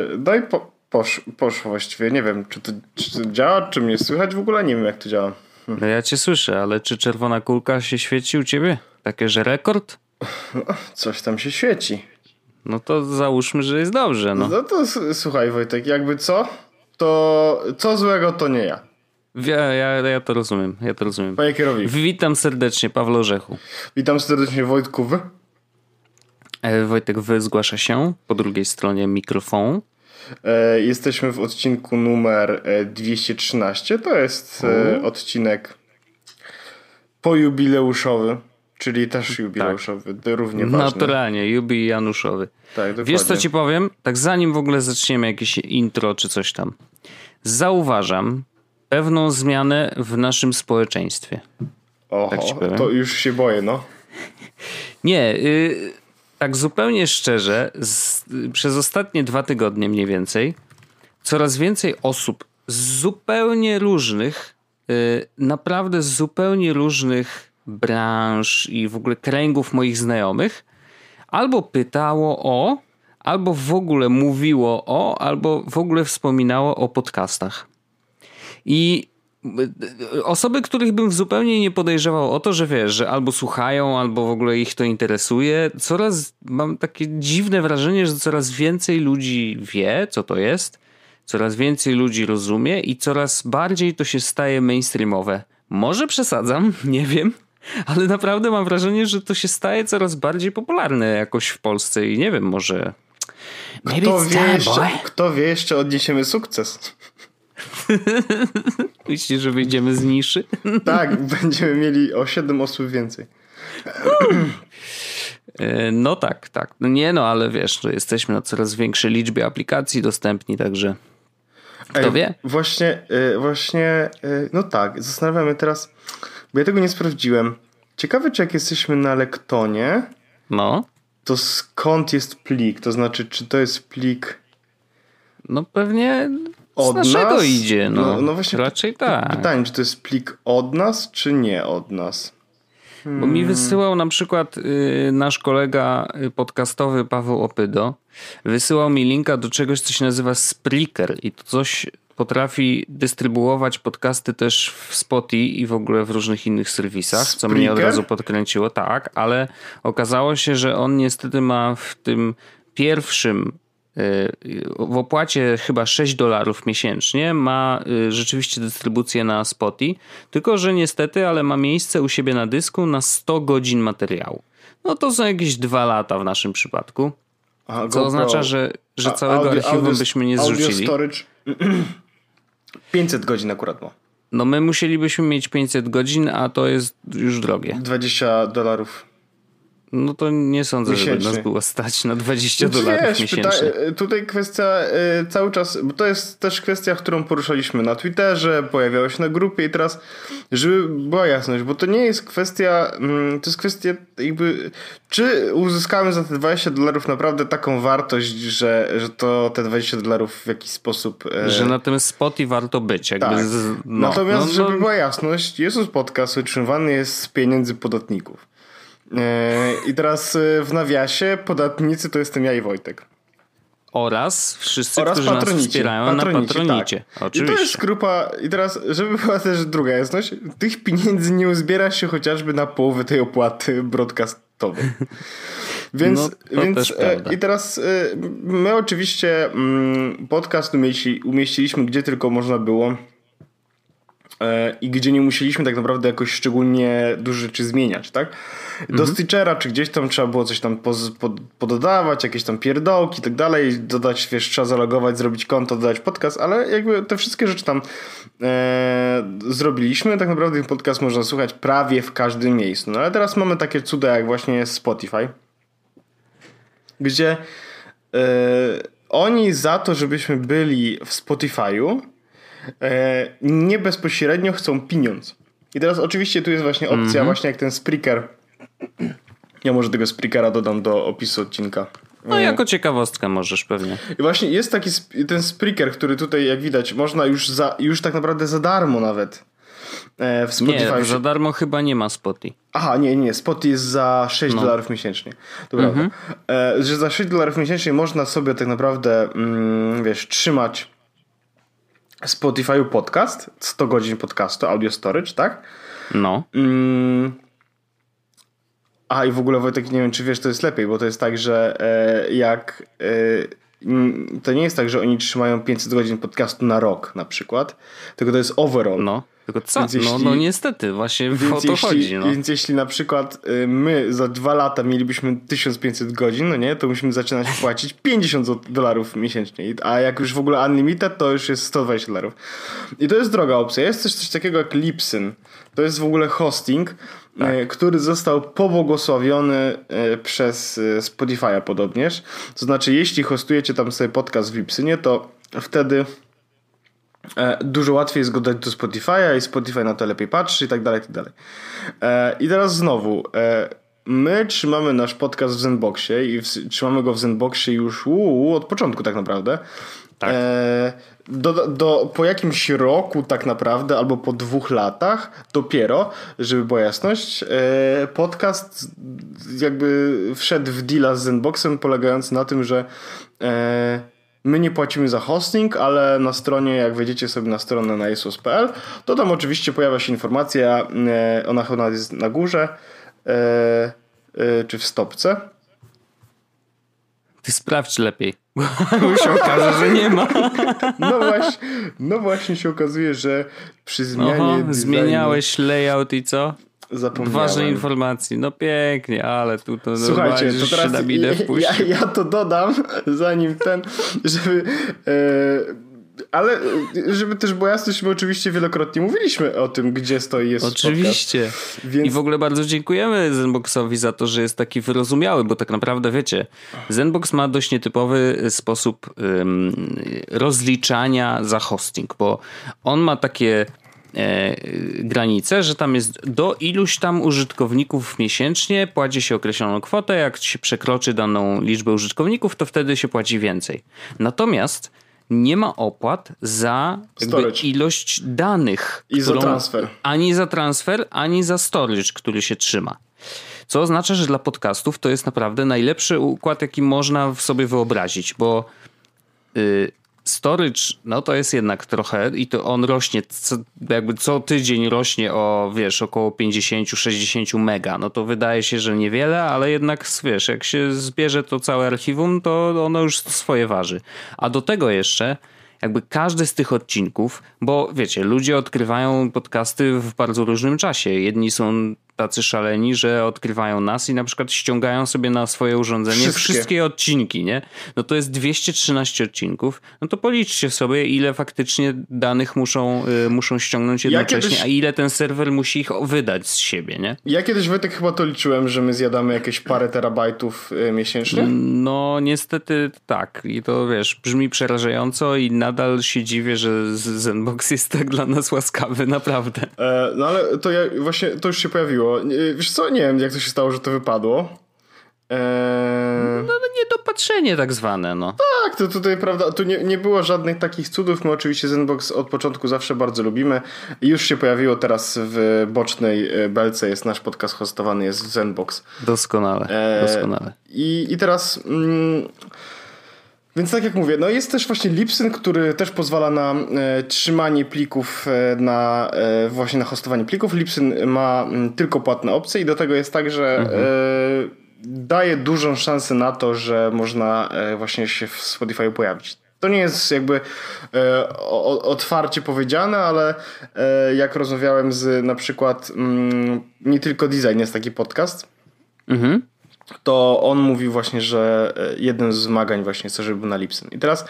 No i poszło właściwie. Nie wiem, czy to działa, czy mnie słychać w ogóle? Nie wiem, jak to działa. No ja cię słyszę, ale czy czerwona kulka się świeci u ciebie? Takie, że rekord? No, coś tam się świeci. No to załóżmy, że jest dobrze, no. No to słuchaj, Wojtek, jakby co? To co złego to nie ja. Ja to rozumiem, Panie kierownik. Witam serdecznie, Pawle Orzechu. Witam serdecznie, Wojtku. Wojtek zgłasza się po drugiej stronie mikrofonu. Jesteśmy w odcinku numer 213. To jest odcinek pojubileuszowy, czyli też jubileuszowy, tak. Równie ważny. Naturalnie, jubileuszowy. Tak, dokładnie. Wiesz co ci powiem? Tak zanim w ogóle zaczniemy jakieś intro czy coś tam. Zauważam pewną zmianę w naszym społeczeństwie. Oho, tak to już się boję, no. Nie, tak zupełnie szczerze, przez ostatnie 2 tygodnie mniej więcej coraz więcej osób z zupełnie różnych, naprawdę z zupełnie różnych branż i w ogóle kręgów moich znajomych albo pytało o, albo w ogóle mówiło o, albo w ogóle wspominało o podcastach. I osoby, których bym zupełnie nie podejrzewał o to, że wiesz, że albo słuchają, albo w ogóle ich to interesuje. Mam takie dziwne wrażenie, że coraz więcej ludzi wie, co to jest, coraz więcej ludzi rozumie i coraz bardziej to się staje mainstreamowe. Może przesadzam, nie wiem, ale naprawdę mam wrażenie, że to się staje coraz bardziej popularne jakoś w Polsce i nie wiem, może... Kto wie, jeszcze odniesiemy sukces. Myślisz, że wyjdziemy z niszy? Tak, będziemy mieli o 7 osób więcej. No tak. No nie no, ale wiesz, że jesteśmy na coraz większej liczbie aplikacji dostępni, także kto wie? Właśnie, no tak, zastanawiamy teraz, bo ja tego nie sprawdziłem. Ciekawe, czy jak jesteśmy na Lektonie, no, to skąd jest plik? To znaczy, czy to jest plik... No pewnie... Od naszego nas? idzie, no właśnie raczej tak. Pytanie, czy to jest plik od nas, czy nie od nas? Bo mi wysyłał na przykład nasz kolega podcastowy Paweł Opydo, wysyłał mi linka do czegoś, co się nazywa Spreaker i to coś potrafi dystrybuować podcasty też w Spotify i w ogóle w różnych innych serwisach, co mnie od razu podkręciło, tak, ale okazało się, że on niestety ma w tym pierwszym w opłacie chyba $6 miesięcznie ma rzeczywiście dystrybucję na Spotify, tylko że niestety, ale ma miejsce u siebie na dysku na 100 godzin materiału. No to są jakieś 2 lata w naszym przypadku, co oznacza, że całego archiwum byśmy nie zrzucili. Audio storage 500 godzin akurat ma. No my musielibyśmy mieć 500 godzin, a to jest już drogie. $20. No to nie sądzę, miesięcznie. Żeby nas było stać na $20 miesięcznie. Tutaj kwestia cały czas, bo to jest też kwestia, którą poruszaliśmy na Twitterze, pojawiało się na grupie i teraz, żeby była jasność, bo to nie jest kwestia, to jest kwestia jakby, czy uzyskamy za te $20 naprawdę taką wartość, że to te $20 w jakiś sposób... Że na tym Spotify warto być. Jakby tak. Natomiast, żeby była jasność, Jezus Podcast utrzymywany jest z pieniędzy podatników. I teraz w nawiasie podatnicy to jestem ja i Wojtek. Oraz wszyscy, którzy nas wspierają na Patronicie. Tak. Oczywiście. I to jest grupa, i teraz, żeby była też druga jasność, tych pieniędzy nie uzbiera się chociażby na połowę tej opłaty broadcastowej. Więc i teraz my oczywiście podcast umieściliśmy gdzie tylko można było i gdzie nie musieliśmy tak naprawdę jakoś szczególnie dużo rzeczy zmieniać, tak? Do Stitchera czy gdzieś tam trzeba było coś tam pododawać, jakieś tam pierdołki i tak dalej, dodać, wiesz, trzeba zalogować, zrobić konto, dodać podcast, ale jakby te wszystkie rzeczy tam zrobiliśmy, tak naprawdę ten podcast można słuchać prawie w każdym miejscu. No ale teraz mamy takie cuda jak właśnie Spotify, gdzie oni za to, żebyśmy byli w Spotify'u nie bezpośrednio chcą pieniądz. I teraz oczywiście tu jest właśnie opcja właśnie jak ten Spreaker. Ja może tego Spreakera dodam do opisu odcinka. No jako ciekawostkę możesz pewnie. I właśnie jest taki ten Spreaker, który tutaj jak widać można już tak naprawdę za darmo nawet w Spotify. Nie, za darmo chyba nie ma Spotify. Aha, nie, Spotify jest za $6 miesięcznie. To prawda. Że za $6 miesięcznie można sobie tak naprawdę, trzymać Spotify'u podcast, 100 godzin podcastu, audio storage, tak? No. I w ogóle, Wojtek, nie wiem, czy wiesz, to jest lepiej, bo to jest tak, że to nie jest tak, że oni trzymają 500 godzin podcastu na rok na przykład, tylko to jest overall. No, tylko co? No niestety, właśnie o to chodzi. No. Więc jeśli na przykład my za 2 lata mielibyśmy 1500 godzin, no nie, to musimy zaczynać płacić $50 miesięcznie. A jak już w ogóle unlimited, to już jest $120. I to jest droga opcja. Jest też coś takiego jak Libsyn. To jest w ogóle hosting, który został pobłogosławiony przez Spotify'a podobnież. To znaczy, jeśli hostujecie tam sobie podcast w Libsynie, to wtedy dużo łatwiej jest go dać do Spotify'a i Spotify na to lepiej patrzy i tak dalej, i tak dalej. I teraz znowu, my trzymamy nasz podcast w Zenboxie i trzymamy go w Zenboxie już od początku tak naprawdę. Tak. Po jakimś roku tak naprawdę, albo po 2 latach dopiero, żeby była jasność, podcast jakby wszedł w deala z Zenboxem polegający na tym, że my nie płacimy za hosting, ale na stronie, jak wejdziecie sobie na stronę na jesus.pl, to tam oczywiście pojawia się informacja, ona jest na górze, czy w stopce. Ty sprawdź lepiej, bo się okaże, że nie ma. No właśnie się okazuje, że przy zmianie designu... Zmieniałeś layout i co? Zapomniałem. Ważne informacji. No pięknie, ale tu to słuchajcie, to teraz ja to dodam, zanim żeby... ale żeby też była jasność, my oczywiście wielokrotnie mówiliśmy o tym, gdzie stoi jest oczywiście. Podcast. Więc... I w ogóle bardzo dziękujemy Zenboxowi za to, że jest taki wyrozumiały, bo tak naprawdę wiecie, Zenbox ma dość nietypowy sposób rozliczania za hosting, bo on ma takie granice, że tam jest do iluś tam użytkowników miesięcznie płaci się określoną kwotę, jak się przekroczy daną liczbę użytkowników, to wtedy się płaci więcej. Natomiast nie ma opłat za ilość danych. I za transfer. Ani za transfer, ani za storage, który się trzyma. Co oznacza, że dla podcastów to jest naprawdę najlepszy układ, jaki można w sobie wyobrazić, bo storage, no to jest jednak trochę i to on rośnie, co tydzień rośnie o, około 50-60 mega. No to wydaje się, że niewiele, ale jednak, jak się zbierze to całe archiwum, to ono już swoje waży. A do tego jeszcze każdy z tych odcinków, bo wiecie, ludzie odkrywają podcasty w bardzo różnym czasie. Jedni są tacy szaleni, że odkrywają nas i na przykład ściągają sobie na swoje urządzenie wszystkie odcinki, nie? No to jest 213 odcinków. No to policzcie sobie, ile faktycznie danych muszą ściągnąć jednocześnie, a ile ten serwer musi ich wydać z siebie, nie? Ja kiedyś, Wojtek, chyba to liczyłem, że my zjadamy jakieś parę terabajtów miesięcznie. No niestety tak. I to brzmi przerażająco i nadal się dziwię, że Zenbox jest tak dla nas łaskawy, naprawdę. No ale to to już się pojawiło. Wiesz co, nie wiem, jak to się stało, że to wypadło. No niedopatrzenie tak zwane, no. Tak, to tutaj prawda, tu nie było żadnych takich cudów. My oczywiście Zenbox od początku zawsze bardzo lubimy. I już się pojawiło teraz w bocznej belce, jest nasz podcast hostowany, jest Zenbox. Doskonale. I teraz... Więc tak jak mówię, no jest też właśnie Libsyn, który też pozwala na trzymanie plików, właśnie na hostowanie plików. Libsyn ma tylko płatne opcje i do tego jest tak, że daje dużą szansę na to, że można właśnie się w Spotify pojawić. To nie jest otwarcie powiedziane, ale jak rozmawiałem z na przykład Nie Tylko Design jest taki podcast, to on mówił właśnie, że jednym z wymagań właśnie jest to, żeby był na Libsyn. I teraz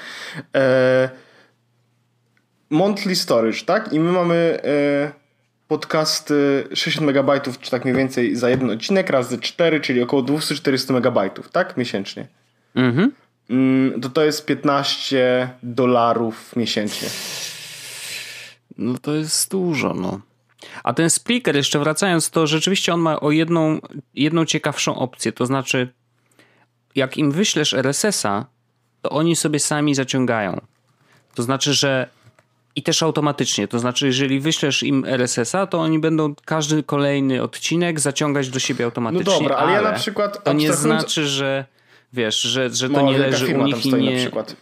monthly storage, tak? I my mamy podcasty 60 MB, czy tak mniej więcej za jeden odcinek razy 4, czyli około 200-400 MB, tak? Miesięcznie. To jest $15 miesięcznie. No to jest dużo, no. A ten Spreaker, jeszcze wracając, to rzeczywiście on ma o jedną ciekawszą opcję. To znaczy, jak im wyślesz RSS-a, to oni sobie sami zaciągają. To znaczy, że I też automatycznie, to znaczy jeżeli wyślesz im RSS-a, to oni będą każdy kolejny odcinek zaciągać do siebie automatycznie. No dobra, ale ja na przykład... To nie znaczy, że wiesz, że to nie leży u nich i nie... Na przykład.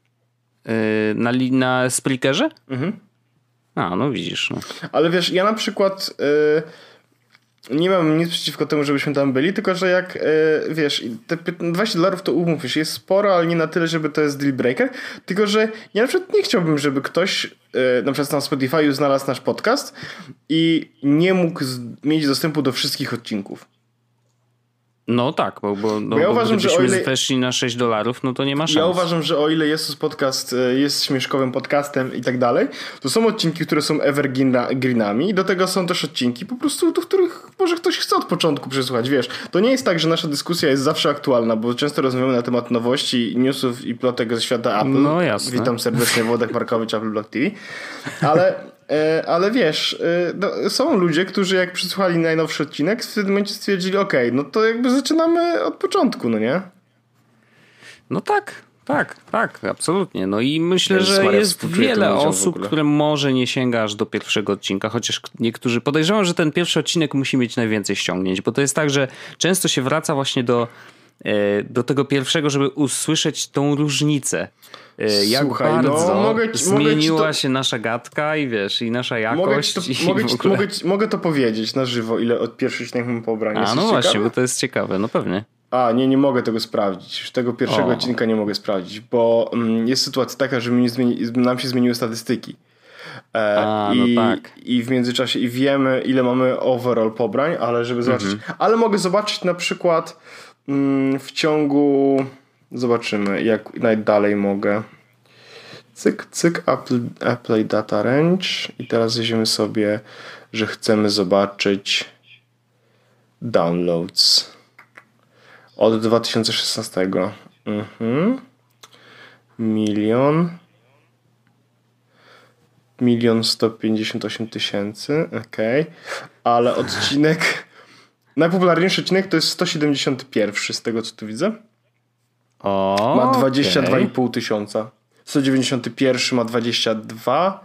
Na Spreakerze? Mhm. A, no widzisz. No. Ale wiesz, ja na przykład nie mam nic przeciwko temu, żebyśmy tam byli, tylko że jak wiesz, te $20 to umówmy się, jest sporo, ale nie na tyle, żeby to jest deal breaker, tylko że ja na przykład nie chciałbym, żeby ktoś na przykład na Spotify znalazł nasz podcast i nie mógł mieć dostępu do wszystkich odcinków. No tak, bo ja uważam, że o ile weszli na $6, no to nie ma szans. Ja uważam, że o ile jest podcast jest śmieszkowym podcastem i tak dalej, to są odcinki, które są evergreenami i do tego są też odcinki po prostu, do których może ktoś chce od początku przesłuchać, wiesz. To nie jest tak, że nasza dyskusja jest zawsze aktualna, bo często rozmawiamy na temat nowości, newsów i plotek ze świata Apple. No jasne. Witam serdecznie, Włodek Markowicz, Apple Blog TV. Ale wiesz, są ludzie, którzy jak przesłuchali najnowszy odcinek, w tym momencie stwierdzili, okej, no to jakby zaczynamy od początku, no nie? No tak, absolutnie. No i myślę, że jest wiele osób, które może nie sięga aż do pierwszego odcinka, chociaż niektórzy podejrzewam, że ten pierwszy odcinek musi mieć najwięcej ściągnięć, bo to jest tak, że często się wraca właśnie do tego pierwszego, żeby usłyszeć tą różnicę. Jak Słuchaj, bardzo zmieniła się nasza gadka i wiesz, i nasza jakość. Mogę to powiedzieć na żywo, ile od pierwszych odcinek mamy pobrania. A no właśnie, bo to jest ciekawe, no pewnie. Nie mogę tego sprawdzić. Już tego pierwszego odcinka nie mogę sprawdzić, bo jest sytuacja taka, że nam się zmieniły statystyki. No tak. I w międzyczasie wiemy, ile mamy overall pobrań, ale żeby zobaczyć. Ale mogę zobaczyć na przykład w ciągu... Zobaczymy, jak najdalej mogę. Cyk, Apply Data Range. I teraz jedziemy sobie, że chcemy zobaczyć downloads od 2016. 1,158,000. Okej. Ale odcinek... Najpopularniejszy odcinek to jest 171 z tego, co tu widzę. Ma 22,5 tysiąca. 191 ma 22.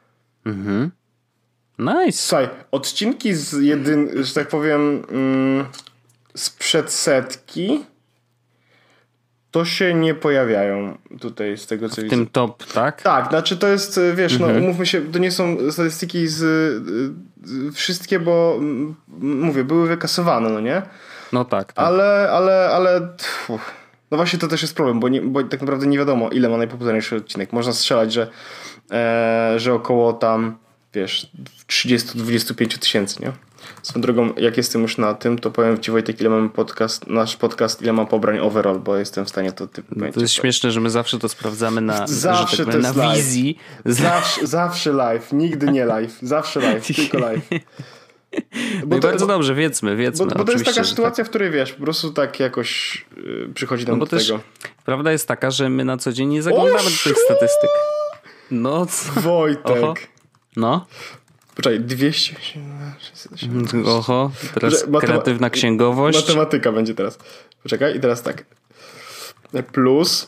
Nice. Słuchaj, odcinki że tak powiem sprzed setki to się nie pojawiają tutaj z tego, co widzę. W tym top, tak? Tak, znaczy to jest, wiesz, no umówmy się, to nie są statystyki wszystkie, bo mówię, były wykasowane, no nie? No tak. Ale no właśnie to też jest problem, bo tak naprawdę nie wiadomo, ile ma najpopularniejszy odcinek. Można strzelać, że około tam, wiesz, 30-25 tysięcy, nie? Swoją drogą, jak jestem już na tym, to powiem ci, Wojtek, ile mamy nasz podcast, ile ma pobrań overall, bo jestem w stanie to pamiętać. To jest śmieszne, że my zawsze to sprawdzamy na wizji. Zawsze live, nigdy nie live. Zawsze live, tylko live. Bardzo dobrze, wiedzmy. Bo to jest taka sytuacja, w której wiesz, po prostu tak jakoś przychodzi nam do tego. Prawda jest taka, że my na co dzień nie zaglądamy do tych statystyk. No co? Wojtek. Oho. No. Poczekaj, 200. Oho, teraz kreatywna księgowość. Matematyka będzie teraz. Poczekaj, i teraz tak. Plus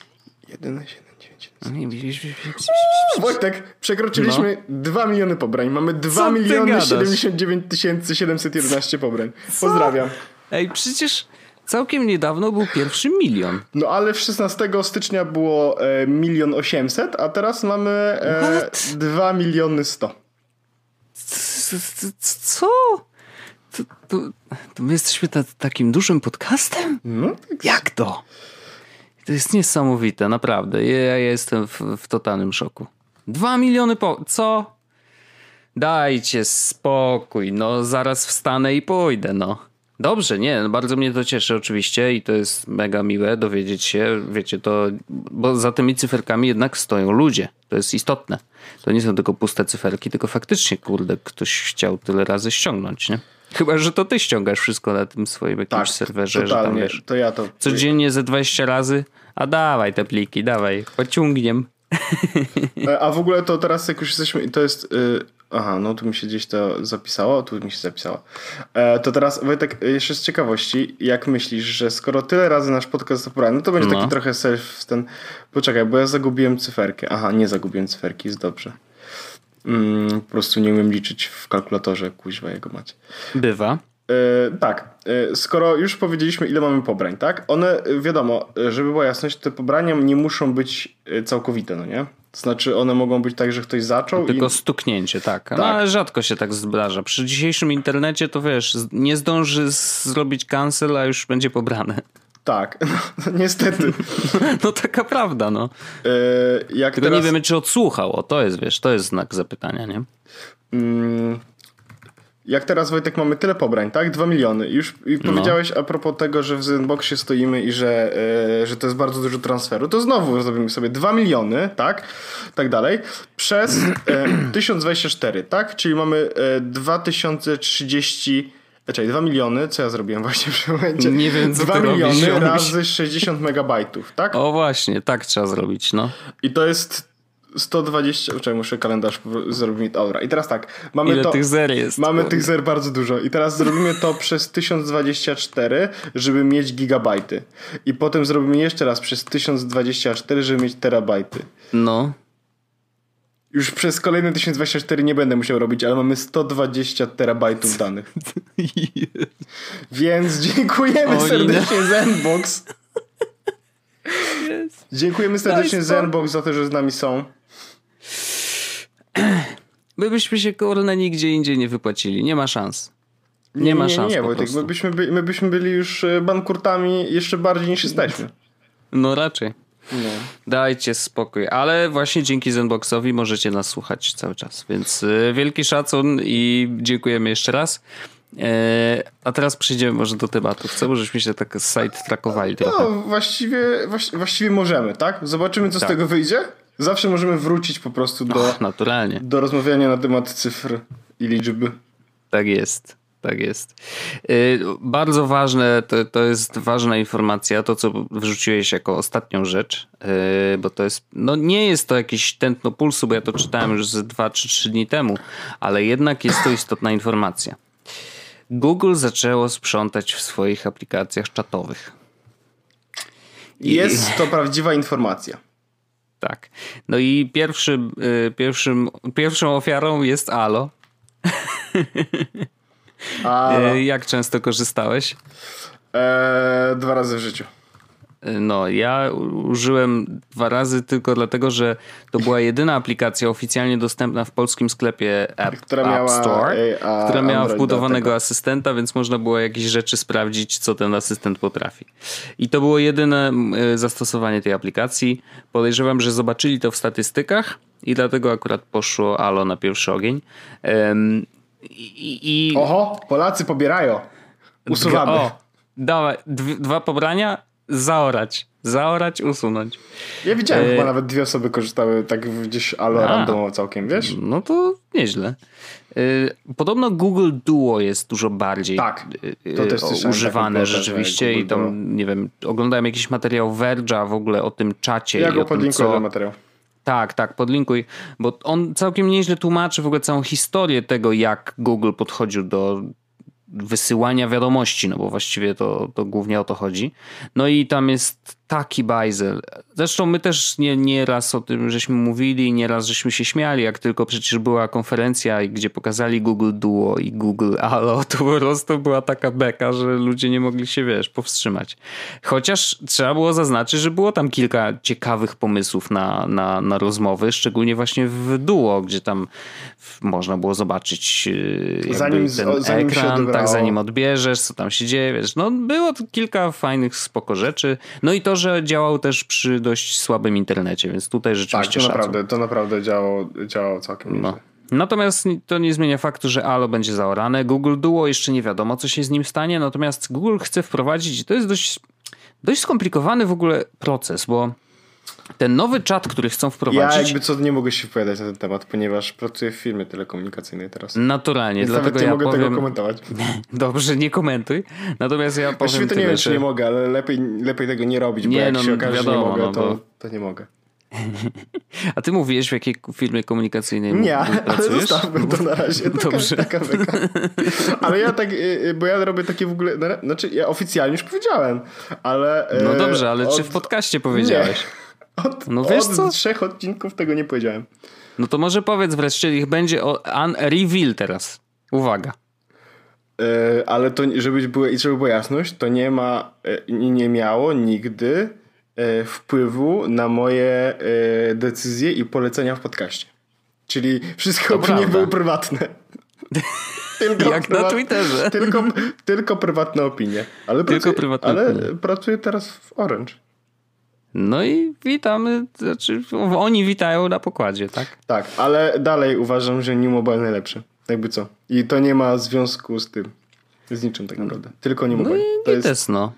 1,79. Wojtek, przekroczyliśmy 2 miliony pobrań. Mamy 2 miliony 79 711 pobrań. Pozdrawiam. Ej, przecież całkiem niedawno był pierwszy milion. No ale 16 stycznia było 1 800 000, a teraz mamy 2 miliony 100. Co? To my jesteśmy takim dużym podcastem? No, tak. Jak to? To jest niesamowite, naprawdę. Ja jestem w totalnym szoku. 2 miliony Co? Dajcie spokój. No zaraz wstanę i pójdę, no. Dobrze, nie, bardzo mnie to cieszy oczywiście i to jest mega miłe dowiedzieć się, wiecie, to, bo za tymi cyferkami jednak stoją ludzie. To jest istotne. To nie są tylko puste cyferki, tylko faktycznie, kurde, ktoś chciał tyle razy ściągnąć, nie? Chyba, że to ty ściągasz wszystko na tym swoim jakimś serwerze, totalnie, że tam wiesz, to ja to codziennie ze 20 razy, a dawaj te pliki, dawaj, pociągniem. A w ogóle to teraz jak już jesteśmy, to jest... Aha, no tu mi się gdzieś to zapisało, tu mi się zapisało. To teraz, Wojtek, jeszcze z ciekawości, jak myślisz, że skoro tyle razy nasz podcast pobrany, no to będzie taki trochę Poczekaj, bo ja zagubiłem cyferkę. Aha, nie zagubiłem cyferki, jest dobrze. Po prostu nie umiem liczyć w kalkulatorze, kuźwa jego macie. Bywa. Tak, skoro już powiedzieliśmy, ile mamy pobrań, tak? One, wiadomo, żeby była jasność, te pobrania nie muszą być całkowite, no nie? To znaczy one mogą być tak, że ktoś zaczął tylko stuknięcie, tak. Tak. No, ale rzadko się tak zdarza. Przy dzisiejszym internecie to wiesz, nie zdąży zrobić cancel, a już będzie pobrane. Tak, no, niestety. No taka prawda, no. Jak tylko teraz... nie wiemy, czy odsłuchał. O, to jest, wiesz, to jest znak zapytania, nie? Jak teraz, Wojtek, mamy tyle pobrań, tak? 2 miliony. Już powiedziałeś a propos tego, że w Zenboxie stoimy i że to jest bardzo dużo transferu. To znowu zrobimy sobie 2 miliony, tak? Tak dalej. Przez 1024, tak? Czyli mamy 2030... Czekaj, 2 miliony, co ja zrobiłem właśnie w tym momencie? Nie wiem, co 2 ty miliony robisz, razy 60 megabajtów, tak? O właśnie, tak trzeba zrobić, no. I to jest 120... Czekaj, muszę kalendarz zrobić. Dobra, i teraz tak. Mamy ile tych zer jest? Mamy tych zer bardzo dużo. I teraz zrobimy to przez 1024, żeby mieć gigabajty. I potem zrobimy jeszcze raz przez 1024, żeby mieć terabajty. No. Już przez kolejne 1024 nie będę musiał robić, ale mamy 120 terabajtów danych. Więc dziękujemy serdecznie Zenbox. Yes. Dziękujemy serdecznie Zenbox za to, że z nami są. My byśmy się kurna nigdzie indziej nie wypłacili. Nie ma szans. Nie ma szans. Nie, Wojtek, my byśmy byli już bankrutami jeszcze bardziej niż jesteśmy. No raczej. No. Dajcie spokój. Ale właśnie dzięki Zenboxowi możecie nas słuchać cały czas. Więc wielki szacun i dziękujemy jeszcze raz. A teraz przejdziemy może do tematów. Co? Bo żeśmy się tak side-trackowali trochę. No, właściwie możemy, tak? Zobaczymy, co z tego wyjdzie. Zawsze możemy wrócić po prostu naturalnie. do rozmawiania na temat cyfr i liczby. Tak jest. Tak jest. Bardzo ważne, to jest ważna informacja, to co wrzuciłeś jako ostatnią rzecz, bo to jest, no nie jest to jakieś tętno pulsu, bo ja to czytałem już z 2 czy 3 dni temu, ale jednak jest to istotna informacja. Google zaczęło sprzątać w swoich aplikacjach czatowych. Jest to prawdziwa informacja. Tak. No i pierwszą ofiarą jest Allo. Jak często korzystałeś? 2 razy w życiu. No, ja użyłem 2 razy tylko dlatego, że to była jedyna aplikacja oficjalnie dostępna w polskim sklepie App Store, która miała wbudowanego asystenta, więc można było jakieś rzeczy sprawdzić, co ten asystent potrafi. I to było jedyne zastosowanie tej aplikacji. Podejrzewam, że zobaczyli to w statystykach i dlatego akurat poszło Allo na pierwszy ogień. Oho, Polacy pobierają. Usuwamy. Dawaj, 2 pobrania, zaorać, usunąć. Ja widziałem, chyba nawet 2 osoby korzystały tak gdzieś Allo randomowo całkiem, wiesz? No to nieźle. Podobno Google Duo jest dużo bardziej to też używane rzeczywiście i tam, nie wiem, oglądałem jakiś materiał Verge'a w ogóle o tym czacie. Ja go podlinkuję do materiału. Tak, podlinkuj, bo on całkiem nieźle tłumaczy w ogóle całą historię tego, jak Google podchodził do wysyłania wiadomości, no bo właściwie to głównie o to chodzi. No i tam jest taki bajzel. Zresztą my też nie raz o tym żeśmy mówili, nie raz żeśmy się śmiali, jak tylko przecież była konferencja, gdzie pokazali Google Duo i Google Allo, to po prostu była taka beka, że ludzie nie mogli się, powstrzymać. Chociaż trzeba było zaznaczyć, że było tam kilka ciekawych pomysłów na rozmowy, szczególnie właśnie w Duo, gdzie tam można było zobaczyć zanim ekran, zanim odbierzesz, co tam się dzieje, no było kilka fajnych, spoko rzeczy. No i to, że działał też przy dość słabym internecie, więc tutaj rzeczywiście to naprawdę działało całkiem nieźle. Natomiast to nie zmienia faktu, że Allo będzie zaorane. Google Duo jeszcze nie wiadomo, co się z nim stanie, natomiast Google chce wprowadzić, to jest dość skomplikowany w ogóle proces, bo ten nowy czat, który chcą wprowadzić... Ja nie mogę się wypowiadać na ten temat, ponieważ pracuję w firmie telekomunikacyjnej teraz. Naturalnie, więc dlatego nawet nie mogę tego komentować. Dobrze, nie komentuj. Natomiast ja powiem właściwie to nie wiem, czy nie mogę, ale lepiej tego nie robić, bo jak się okaże, że nie mogę, to nie mogę. A ty mówiłeś, w jakiej firmie komunikacyjnej nie, pracujesz? Ale zostawmy to na razie. Dobrze. Taka. Ale ja bo ja robię takie w ogóle, znaczy ja oficjalnie już powiedziałem, ale... No dobrze, ale czy w podcaście powiedziałeś? Od 3 odcinków tego nie powiedziałem. No to może powiedz wreszcie, ich będzie reveal teraz. Uwaga. Ale to, żeby była jasność, to nie miało nigdy wpływu na moje decyzje i polecenia w podcaście. Czyli wszystkie opinie były prywatne. Jak na Twitterze. Tylko prywatne opinie. Ale pracuję teraz w Orange. No i witamy. Znaczy, oni witają na pokładzie, tak? Tak, ale dalej uważam, że New Mobile najlepszy. Jakby co. I to nie ma związku z tym. Z niczym tak naprawdę. Tylko New Mobile. No i też no.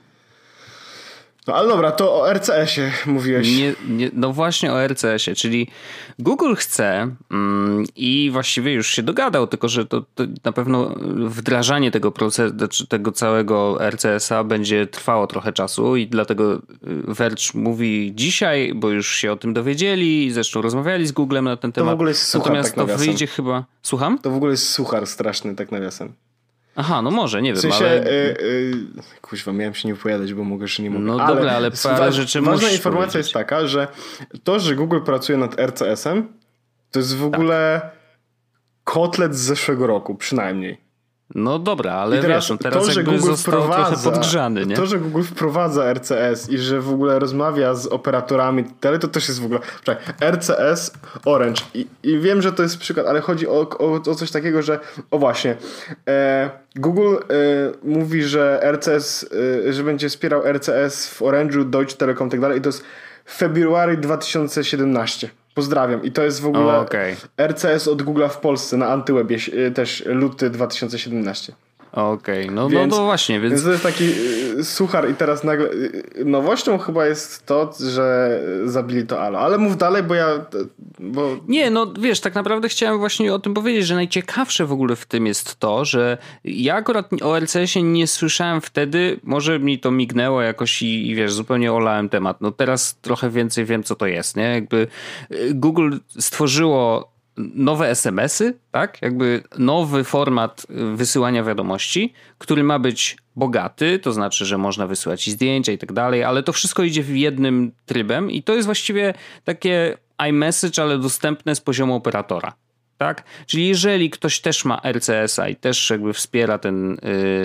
No ale dobra, to o RCS-ie mówiłeś. No właśnie o RCS-ie, czyli Google chce i właściwie już się dogadał, tylko że to na pewno wdrażanie tego całego RCS-a będzie trwało trochę czasu i dlatego Verge mówi dzisiaj, bo już się o tym dowiedzieli, zresztą rozmawiali z Googlem na ten temat. To w ogóle jest suchar, natomiast tak to wyjdzie chyba... Słucham? To w ogóle jest suchar straszny, tak nawiasem. Aha, no może, nie wiem, w sensie, ale... Kuźwa, miałem się nie wypowiadać, bo mogę, że nie mogę. No dobra, ale parę rzeczy musisz ważna informacja powiedzieć. jest taka, że to, że Google pracuje nad RCS-em, to jest w ogóle kotlet z zeszłego roku, przynajmniej. No dobra, ale teraz to, że Google został trochę podgrzany, nie? To, że Google wprowadza RCS i że w ogóle rozmawia z operatorami, to też jest w ogóle... RCS Orange. I wiem, że to jest przykład, ale chodzi o coś takiego, że... O właśnie. Google mówi, że RCS, że będzie wspierał RCS w Orange'u, Deutsche Telekom i tak dalej. I to jest February 2017. Pozdrawiam. I to jest w ogóle RCS od Google'a w Polsce na Antywebie też luty 2017. Okej, no właśnie. Więc to jest taki suchar i teraz nagle nowością chyba jest to, że zabili to Alo. Ale mów dalej, bo... Nie, no wiesz, tak naprawdę chciałem właśnie o tym powiedzieć, że najciekawsze w ogóle w tym jest to, że ja akurat o RCS-ie nie słyszałem wtedy, może mi to mignęło jakoś i wiesz, zupełnie olałem temat. No teraz trochę więcej wiem, co to jest, nie? Jakby Google stworzyło nowe SMS-y, tak? Jakby nowy format wysyłania wiadomości, który ma być bogaty, to znaczy, że można wysyłać i zdjęcia i tak dalej, ale to wszystko idzie w jednym trybem i to jest właściwie takie iMessage, ale dostępne z poziomu operatora. Tak? Czyli jeżeli ktoś też ma RCS-a i też jakby wspiera ten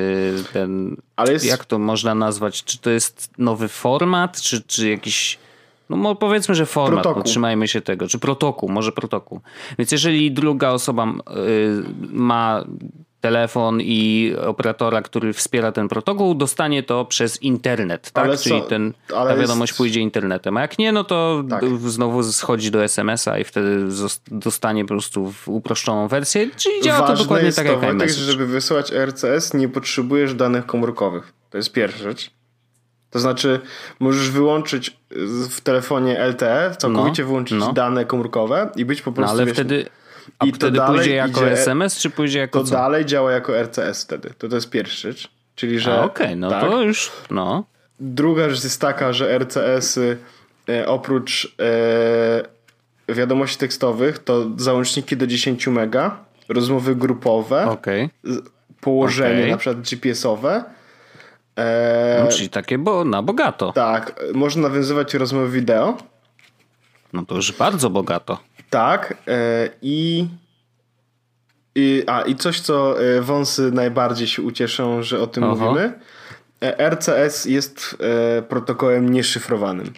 ale jest... jak to można nazwać? Czy to jest nowy format, czy jakiś... No powiedzmy, że format, no, trzymajmy się tego. Czy protokół, może protokół. Więc jeżeli druga osoba ma telefon i operatora, który wspiera ten protokół, dostanie to przez internet, tak? Czyli ta wiadomość pójdzie internetem. A jak nie, no to znowu schodzi do SMS-a i wtedy dostanie po prostu w uproszczoną wersję. Czyli działa to dokładnie tak jak iMessage. Ważne jest to, żeby wysyłać RCS, nie potrzebujesz danych komórkowych. To jest pierwsza rzecz. To znaczy możesz wyłączyć w telefonie LTE, całkowicie wyłączyć dane komórkowe i być po prostu... No ale wtedy pójdzie jako SMS, czy pójdzie jako to dalej działa jako RCS wtedy. To jest pierwsza rzecz. Czyli, że... to już... No. Druga rzecz jest taka, że RCS-y oprócz wiadomości tekstowych to załączniki do 10 mega, rozmowy grupowe, położenie na przykład GPS-owe. Czyli takie na bogato. Tak, można nawiązywać rozmowy wideo. No to już bardzo bogato. Tak. I coś, co wąsy najbardziej się ucieszą, że o tym mówimy. RCS jest protokołem nieszyfrowanym.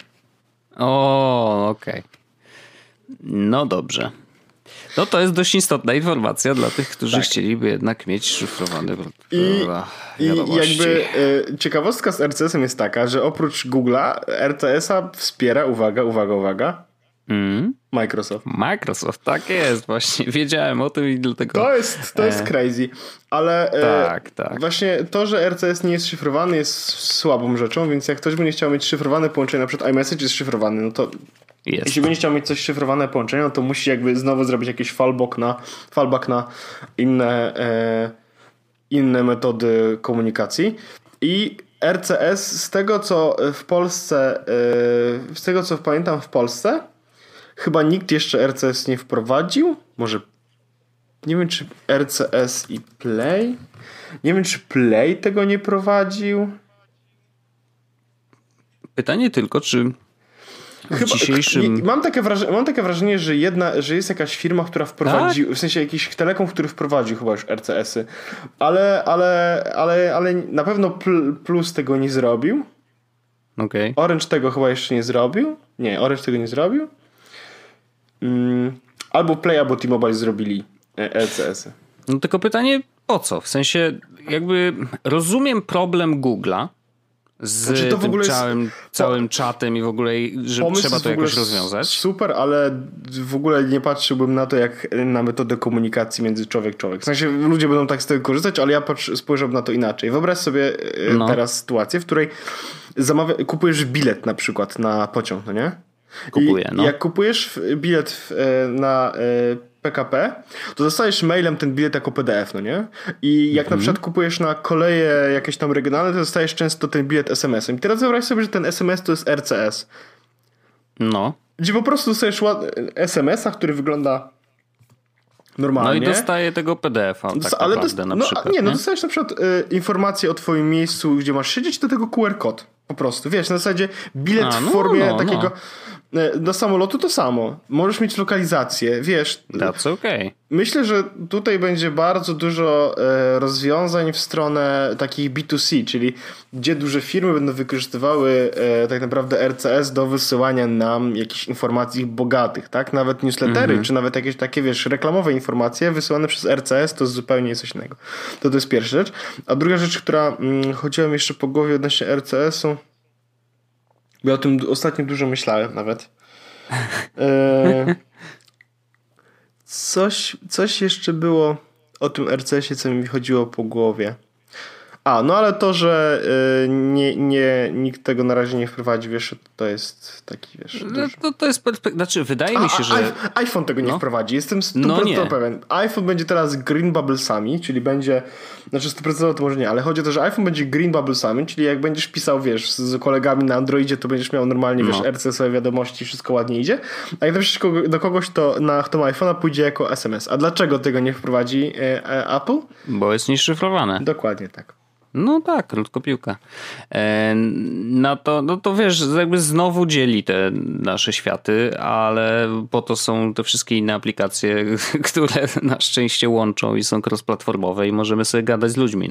Okej. No dobrze. No to jest dość istotna informacja dla tych, którzy chcieliby jednak mieć szyfrowane I jakby ciekawostka z RCS-em jest taka, że oprócz Google'a RCS-a wspiera, uwaga, Microsoft, tak jest właśnie. Wiedziałem o tym i dlatego... To jest crazy. Ale tak. właśnie to, że RCS nie jest szyfrowany jest słabą rzeczą, więc jak ktoś będzie chciał mieć szyfrowane połączenie, na przykład iMessage jest szyfrowany, no to jeśli będzie chciał mieć coś szyfrowane połączenie, no to musi jakby znowu zrobić jakiś fallback na inne metody komunikacji. I RCS z tego co pamiętam w Polsce chyba nikt jeszcze RCS nie wprowadził. Może nie wiem, czy RCS i Play. Nie wiem, czy Play tego nie prowadził. Pytanie tylko, czy dzisiejszym... Mam takie wrażenie, że jest jakaś firma, która wprowadzi, tak? W sensie jakiś telekom, który wprowadził chyba już RCS-y, ale na pewno Plus tego nie zrobił. Okay. Orange tego chyba jeszcze nie zrobił. Nie, Orange tego nie zrobił. Albo Play, albo T-Mobile zrobili RCS-y. No tylko pytanie, po co? W sensie jakby rozumiem problem Google'a z tym całym czatem i w ogóle, że trzeba to jakoś rozwiązać. Super, ale w ogóle nie patrzyłbym na to jak na metodę komunikacji między człowiek-człowiek. W sensie ludzie będą tak z tego korzystać, ale ja spojrzałbym na to inaczej. Wyobraź sobie teraz sytuację, w której kupujesz bilet na przykład na pociąg, no nie? Kupuję, Jak kupujesz bilet na PKP, to dostajesz mailem ten bilet jako PDF, no nie? I jak na przykład kupujesz na koleje jakieś tam regionalne, to dostajesz często ten bilet SMS-em. I teraz wyobraź sobie, że ten SMS to jest RCS. No. Gdzie po prostu dostajesz SMS-a, który wygląda normalnie. No i dostaję tego PDF-a tak naprawdę na przykład. Dostajesz na przykład informację o twoim miejscu, gdzie masz siedzieć, do tego QR kod. Po prostu, wiesz, na zasadzie bilet w formie takiego... Do samolotu to samo. Możesz mieć lokalizację, wiesz. That's okay. Myślę, że tutaj będzie bardzo dużo rozwiązań w stronę takich B2C, czyli gdzie duże firmy będą wykorzystywały tak naprawdę RCS do wysyłania nam jakichś informacji bogatych, tak? Nawet newslettery, czy nawet jakieś takie, wiesz, reklamowe informacje wysyłane przez RCS to zupełnie coś innego. To jest pierwsza rzecz. A druga rzecz, która chodziła mi jeszcze po głowie odnośnie RCS-u, bo ja o tym ostatnio dużo myślałem nawet. Coś jeszcze było o tym RCS-ie, co mi chodziło po głowie. No ale to, że nikt tego na razie nie wprowadzi, wiesz, to jest taki, wiesz... To jest znaczy, wydaje mi się, że... iPhone tego nie wprowadzi, jestem 100% pewien. iPhone będzie teraz green bubblesami, czyli będzie... Znaczy 100% to może nie, ale chodzi o to, że iPhone będzie green bubblesami, czyli jak będziesz pisał, wiesz, z kolegami na Androidzie, to będziesz miał normalnie, wiesz, RCS-owe wiadomości, wszystko ładnie idzie. A jak napiszesz do kogoś, to na tą iPhone'a pójdzie jako SMS. A dlaczego tego nie wprowadzi Apple? Bo jest nieszyfrowane. Dokładnie tak. No tak, krótkopiłka. No to wiesz, jakby znowu dzieli te nasze światy, ale po to są te wszystkie inne aplikacje, które na szczęście łączą i są cross-platformowe i możemy sobie gadać z ludźmi.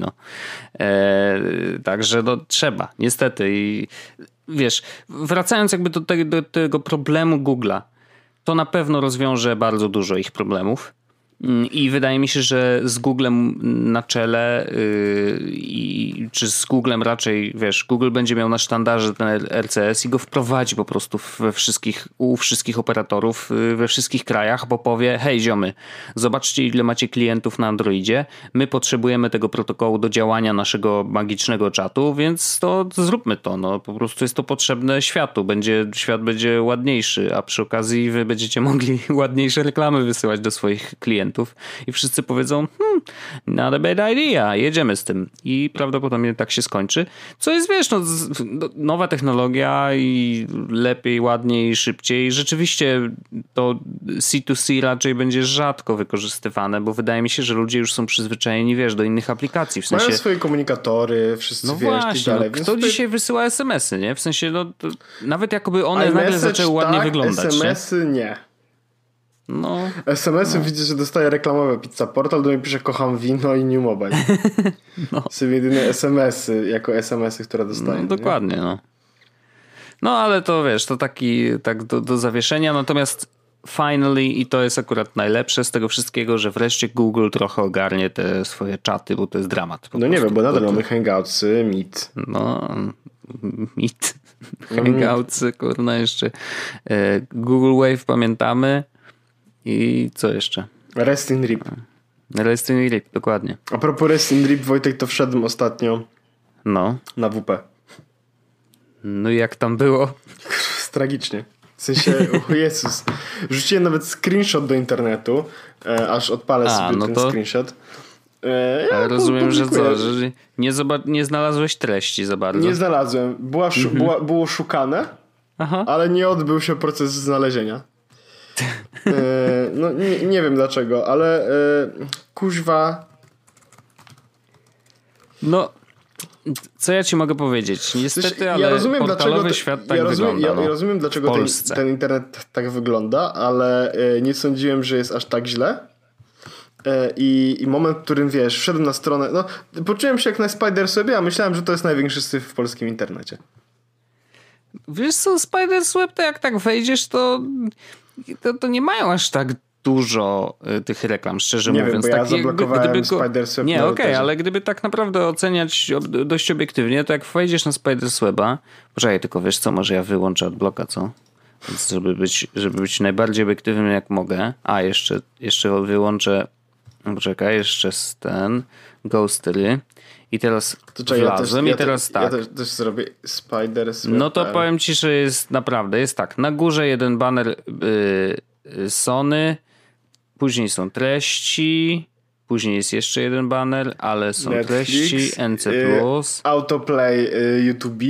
Także trzeba, niestety. I wiesz, wracając jakby do tego problemu Google'a, to na pewno rozwiąże bardzo dużo ich problemów. I wydaje mi się, że z Googlem na czele czy z Googlem raczej, wiesz, Google będzie miał na sztandarze ten RCS i go wprowadzi po prostu u wszystkich operatorów we wszystkich krajach, bo powie: hej ziomy, zobaczcie ile macie klientów na Androidzie, my potrzebujemy tego protokołu do działania naszego magicznego czatu, więc to zróbmy to, po prostu jest to potrzebne światu, świat będzie ładniejszy, a przy okazji wy będziecie mogli ładniejsze reklamy wysyłać do swoich klientów. I wszyscy powiedzą: not a bad idea, jedziemy z tym. I prawdopodobnie tak się skończy. Co jest, wiesz, nowa technologia i lepiej, ładniej, szybciej. Rzeczywiście to C2C raczej będzie rzadko wykorzystywane, bo wydaje mi się, że ludzie już są przyzwyczajeni, wiesz, do innych aplikacji. W sensie... Mają swoje komunikatory, wszyscy wiesz, właśnie, i dalej. Kto dzisiaj wysyła SMS-y, nie? W sensie, nawet jakoby one nagle zaczęły ładnie wyglądać. SMS-y nie. SMS-y widzę, że dostaję reklamowe Pizza Portal, do mnie pisze: kocham wino i New Mobile. Są jedyne SMS-y, jako SMS-y, które dostaję. Dokładnie, ale to wiesz, to tak do zawieszenia, natomiast finally, i to jest akurat najlepsze z tego wszystkiego, że wreszcie Google trochę ogarnie te swoje czaty, bo to jest dramat. Nie wiem, bo nadal mamy Hangoutsy, Meet. Meet. Hangoutsy, kurna, jeszcze Google Wave pamiętamy. I co jeszcze? Rest in RIP. Rest in RIP, dokładnie. A propos Rest in RIP, Wojtek, to wszedłem ostatnio na WP. No i jak tam było? Tragicznie. W sensie, Jezus. Rzuciłem nawet screenshot do internetu, aż odpalę sobie ten screenshot. Ale rozumiem, że co? Że nie znalazłeś treści za bardzo. Nie znalazłem. Było szukane, ale nie odbył się proces znalezienia. Nie wiem dlaczego, ale kuźwa. co ja ci mogę powiedzieć? Niestety, ale portalowy świat tak wygląda. Ja rozumiem, dlaczego ten internet tak wygląda, ale nie sądziłem, że jest aż tak źle. I moment, w którym wiesz, wszedłem na stronę, no poczułem się jak na Spiderswebie, a myślałem, że to jest największy syf w polskim internecie. Wiesz co, Spidersweb, to jak tak wejdziesz, to nie mają aż tak dużo tych reklam, szczerze nie mówiąc. Wiem, bo ja zablokowałem Spidersweb. Nie, okej, ale gdyby tak naprawdę oceniać dość obiektywnie, to jak wejdziesz na Spidersweba, poczekaj, tylko wiesz co, może ja wyłączę adblocka, co? Więc żeby być najbardziej obiektywnym jak mogę. A, jeszcze wyłączę, poczekaj, jeszcze ten Ghostery. I teraz wlazłem i teraz tak. Ja też zrobię Spidersweb. No to powiem ci, że jest naprawdę, jest tak. Na górze jeden baner Sony, później są treści, później jest jeszcze jeden baner, ale są Netflix, treści, NC+. Autoplay YouTube.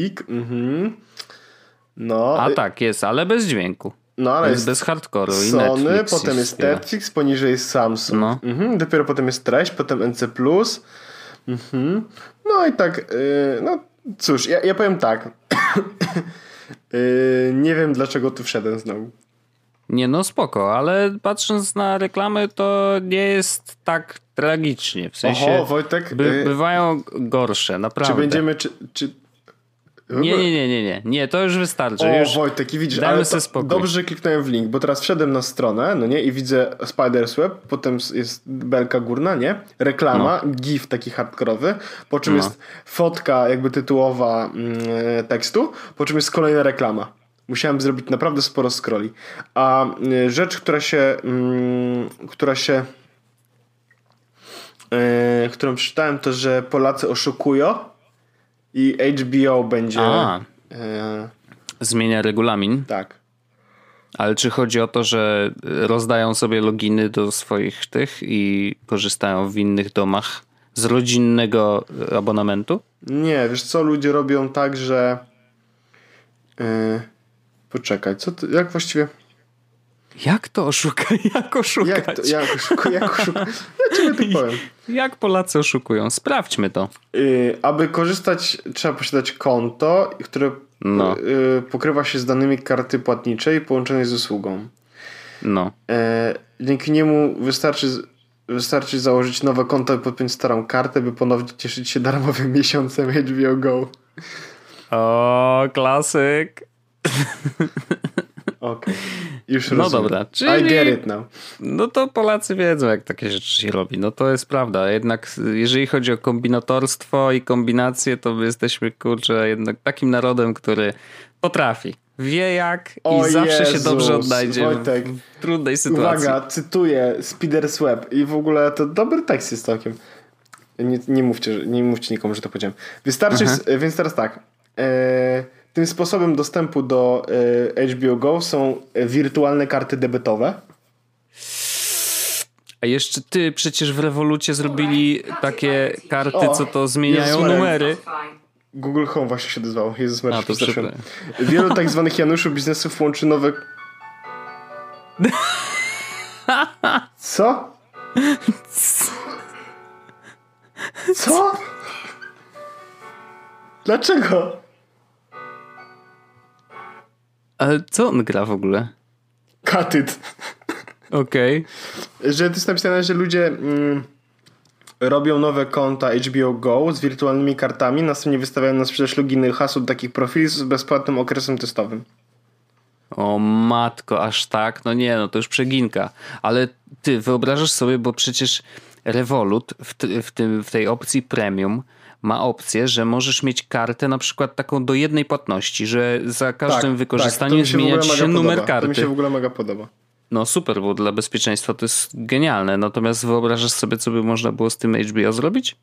No. A tak, jest, ale bez dźwięku. No, ale jest bez hardcore'u. Sony, i Netflix potem jest Netflix, poniżej jest Samsung. No. Dopiero potem jest treść, potem NC+. No i tak, no cóż, ja powiem tak. Nie wiem, dlaczego tu wszedłem znowu. Nie, no spoko, ale patrząc na reklamy, to nie jest tak tragicznie. W sensie Oho, Wojtek, bywają gorsze, naprawdę. Czy będziemy, Nie, to już wystarczy. O, już Wojtek, i widzisz, ale dobrze, że kliknąłem w link, bo teraz wszedłem na stronę, no nie, i widzę Spidersweb, potem jest belka górna, nie? Reklama, GIF taki hardkorowy, po czym jest fotka jakby tytułowa tekstu, po czym jest kolejna reklama. Musiałem zrobić naprawdę sporo scrolli. A rzecz, którą przeczytałem, to, że Polacy oszukują i HBO będzie... Zmienia regulamin. Tak. Ale czy chodzi o to, że rozdają sobie loginy do swoich tych i korzystają w innych domach z rodzinnego abonamentu? Nie, wiesz co, ludzie robią tak, że... Poczekaj, jak właściwie... Jak to oszukać? Jak oszukać? Jak oszukać? Ja ci tak powiem. Jak Polacy oszukują? Sprawdźmy to. Aby korzystać, trzeba posiadać konto, które pokrywa się z danymi karty płatniczej połączonej z usługą. No. Dzięki niemu wystarczy założyć nowe konto i podpiąć starą kartę, by ponownie cieszyć się darmowym miesiącem HBO Go. O, klasyk. Okej. Już rozumiem. No dobra, czyli... I get it now. No to Polacy wiedzą, jak takie rzeczy się robi. No to jest prawda. Jednak jeżeli chodzi o kombinatorstwo i kombinacje, to my jesteśmy, kurczę, jednak takim narodem, który potrafi. Wie jak i zawsze się dobrze odnajdzie Wojtek, w trudnej sytuacji. Uwaga, cytuję Spidersweb i w ogóle to dobry tekst jest całkiem. Nie mówcie nikomu, że to powiedziałem. Więc teraz tak. Tym sposobem dostępu do HBO Go są wirtualne karty debetowe. A jeszcze przecież w Revolucie zrobili takie karty, co to zmieniają numery. Google Home właśnie się odezwało. Jezus Maria, przepraszam. Wielu tak zwanych Januszów biznesów łączy nowe... Co? Co? Dlaczego? Ale co on gra w ogóle? Cut it. Okej. Że to jest napisane, że ludzie robią nowe konta HBO Go z wirtualnymi kartami, następnie wystawiają na sprzedaż loginy hasł do takich profili z bezpłatnym okresem testowym. O matko, aż tak? No nie, no to już przeginka. Ale ty wyobrażasz sobie, bo przecież Revolut w tej opcji premium ma opcję, że możesz mieć kartę na przykład taką do jednej płatności, że za każdym wykorzystaniem zmienia ci się numer karty. To mi się w ogóle mega podoba. No super, bo dla bezpieczeństwa to jest genialne. Natomiast wyobrażasz sobie, co by można było z tym HBO zrobić?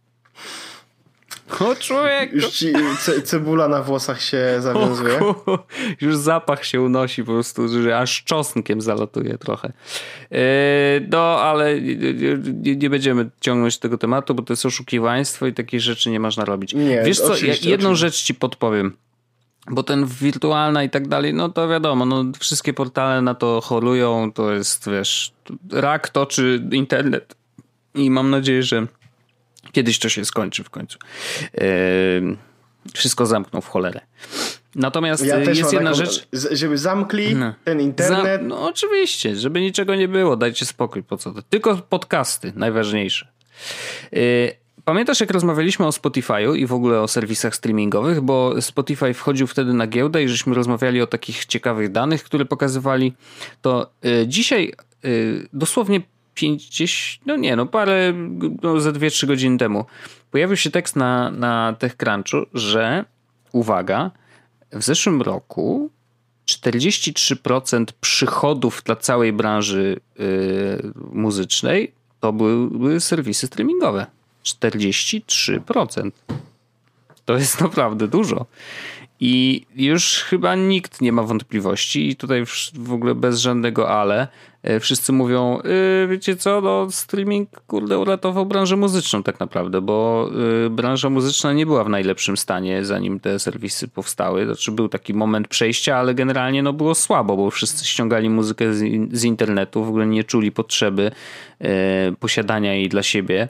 O człowiek! Już ci cebula na włosach się zawiązuje. Już zapach się unosi po prostu, że aż czosnkiem zalatuje trochę. No, ale nie będziemy ciągnąć tego tematu, bo to jest oszukiwaństwo i takich rzeczy nie można robić. Nie, wiesz co, jedną rzecz ci podpowiem. Bo ten wirtualna i tak dalej, no to wiadomo, no wszystkie portale na to chorują, to jest, wiesz, rak toczy internet i mam nadzieję, że Kiedyś to się skończy w końcu. Wszystko zamkną w cholerę. Natomiast jest jedna rzecz... Żeby zamkli ten internet. No oczywiście, żeby niczego nie było. Dajcie spokój, po co to? Tylko podcasty, najważniejsze. Pamiętasz, jak rozmawialiśmy o Spotify'u i w ogóle o serwisach streamingowych, bo Spotify wchodził wtedy na giełdę i żeśmy rozmawiali o takich ciekawych danych, które pokazywali, to dzisiaj dosłownie 50, parę, ze 2-3 godziny temu pojawił się tekst na TechCrunchu, że uwaga, w zeszłym roku 43% przychodów dla całej branży muzycznej to były serwisy streamingowe. 43%. To jest naprawdę dużo. I już chyba nikt nie ma wątpliwości i tutaj w ogóle bez żadnego ale wszyscy mówią, wiecie co, no streaming uratował branżę muzyczną tak naprawdę, bo branża muzyczna nie była w najlepszym stanie zanim te serwisy powstały. Znaczy był taki moment przejścia, ale generalnie było słabo, bo wszyscy ściągali muzykę z internetu, w ogóle nie czuli potrzeby posiadania jej dla siebie.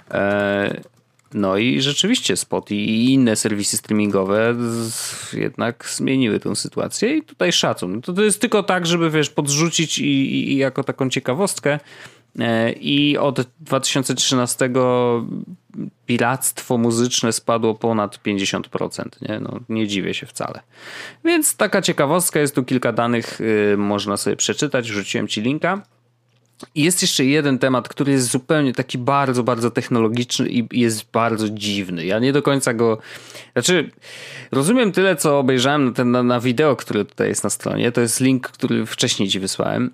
No i rzeczywiście Spotify i inne serwisy streamingowe jednak zmieniły tę sytuację i tutaj szacun. To jest tylko tak, żeby podrzucić i jako taką ciekawostkę. I od 2013 piractwo muzyczne spadło ponad 50%. Nie dziwię się wcale. Więc taka ciekawostka, jest tu kilka danych, można sobie przeczytać, wrzuciłem ci linka. I jest jeszcze jeden temat, który jest zupełnie taki bardzo, bardzo technologiczny i jest bardzo dziwny. Ja nie do końca go... rozumiem tyle, co obejrzałem na wideo, które tutaj jest na stronie. To jest link, który wcześniej ci wysłałem.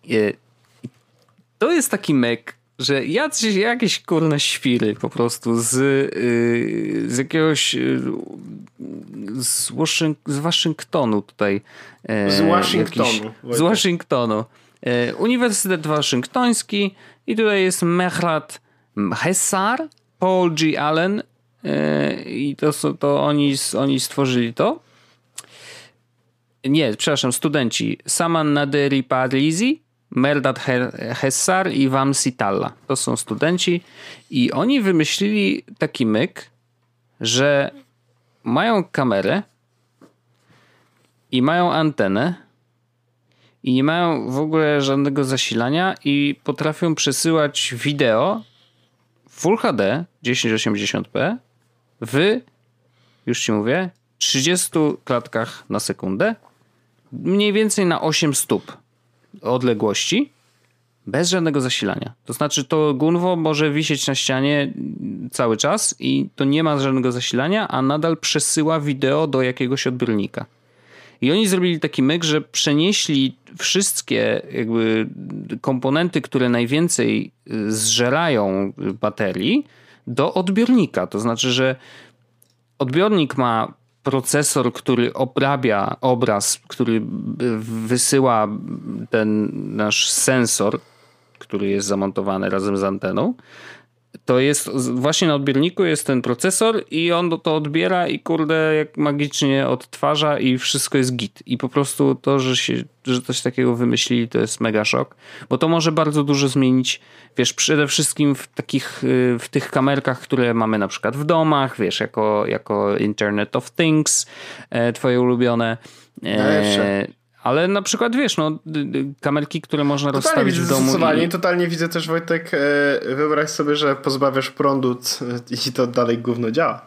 To jest taki Mac, że jakieś kurne świry po prostu z jakiegoś... z Waszyngtonu tutaj. Z Waszyngtonu. Uniwersytet Waszyngtoński i tutaj jest Mehrat Hessar, Paul G. Allen i to oni stworzyli to. Nie, przepraszam, studenci Saman Naderi Parisi, Mehrat Hessar i Vamsi Talla. To są studenci i oni wymyślili taki myk, że mają kamerę i mają antenę i nie mają w ogóle żadnego zasilania i potrafią przesyłać wideo Full HD 1080p już ci mówię, 30 klatkach na sekundę, mniej więcej na 8 stóp odległości, bez żadnego zasilania. To znaczy to gunwo może wisieć na ścianie cały czas i to nie ma żadnego zasilania, a nadal przesyła wideo do jakiegoś odbiornika. I oni zrobili taki myk, że przenieśli wszystkie komponenty, które najwięcej zżerają baterii, do odbiornika. To znaczy, że odbiornik ma procesor, który obrabia obraz, który wysyła ten nasz sensor, który jest zamontowany razem z anteną. To jest właśnie na odbiorniku jest ten procesor i on to odbiera i jak magicznie odtwarza i wszystko jest git. I po prostu to, że coś takiego wymyślili, to jest mega szok, bo to może bardzo dużo zmienić, przede wszystkim w tych kamerkach, które mamy na przykład w domach, jako Internet of Things, twoje ulubione. Ale na przykład kamerki, które można rozstawić w domu. Totalnie widzę też, Wojtek, wyobraź sobie, że pozbawiasz prądu i to dalej gówno działa.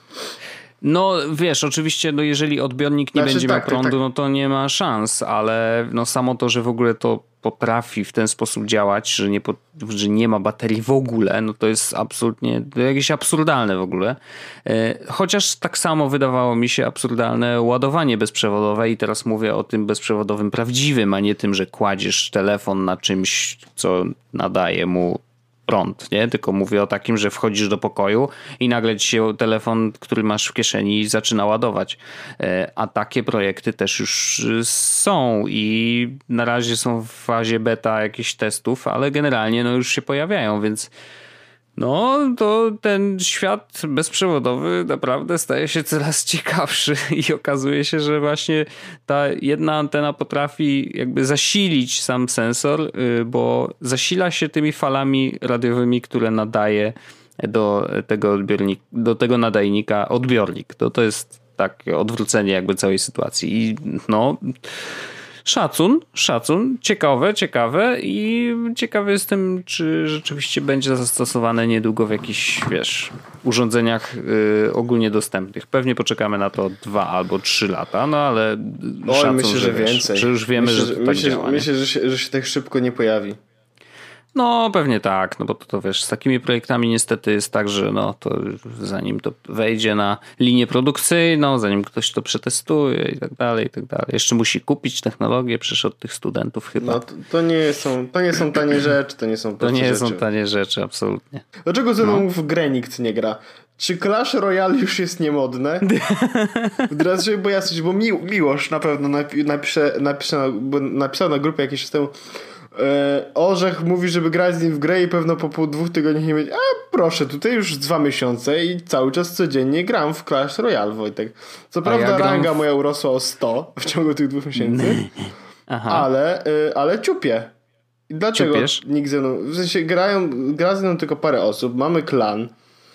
No oczywiście, jeżeli odbiornik nie będzie miał prądu, no to nie ma szans, ale samo to, że w ogóle to potrafi w ten sposób działać, że nie ma baterii w ogóle, no to jest absolutnie jakieś absurdalne w ogóle. Chociaż tak samo wydawało mi się absurdalne ładowanie bezprzewodowe i teraz mówię o tym bezprzewodowym prawdziwym, a nie tym, że kładziesz telefon na czymś, co nadaje mu prąd, nie? Tylko mówię o takim, że wchodzisz do pokoju i nagle ci się telefon, który masz w kieszeni, zaczyna ładować. A takie projekty też już są i na razie są w fazie beta jakichś testów, ale generalnie już się pojawiają, więc to ten świat bezprzewodowy naprawdę staje się coraz ciekawszy i okazuje się, że właśnie ta jedna antena potrafi zasilić sam sensor, bo zasila się tymi falami radiowymi, które nadaje do tego do tego nadajnika odbiornik. To jest takie odwrócenie jakby całej sytuacji. I no szacun, ciekawe i ciekawy jestem, czy rzeczywiście będzie zastosowane niedługo w jakichś, urządzeniach ogólnie dostępnych. Pewnie poczekamy na to 2 albo 3 lata, no ale szacun, myślę, że więcej. Że już wiemy, że to tak działa. Myślę, że się tak szybko nie pojawi. No pewnie tak, no bo to z takimi projektami niestety jest tak, że no to zanim to wejdzie na linię produkcyjną, zanim ktoś to przetestuje i tak dalej, jeszcze musi kupić technologię przecież od tych studentów chyba. No to nie są tanie rzeczy, to nie są proste rzeczy. To nie są tanie rzeczy, absolutnie. Dlaczego ze mną w grę nikt nie gra? Czy Clash Royale już jest niemodne? Bo Miłosz na pewno napisał na grupie jakiś czas temu. Orzech mówi, żeby grać z nim w grę i pewno po 2 tygodniach nie będzie. Proszę, tutaj już 2 miesiące i cały czas codziennie gram w Clash Royale, Wojtek. Co prawda ranga moja urosła o 100 w ciągu tych 2 miesięcy. Aha. Ale ciupię. I dlaczego nikt ze mną... W sensie gra ze mną tylko parę osób. Mamy klan.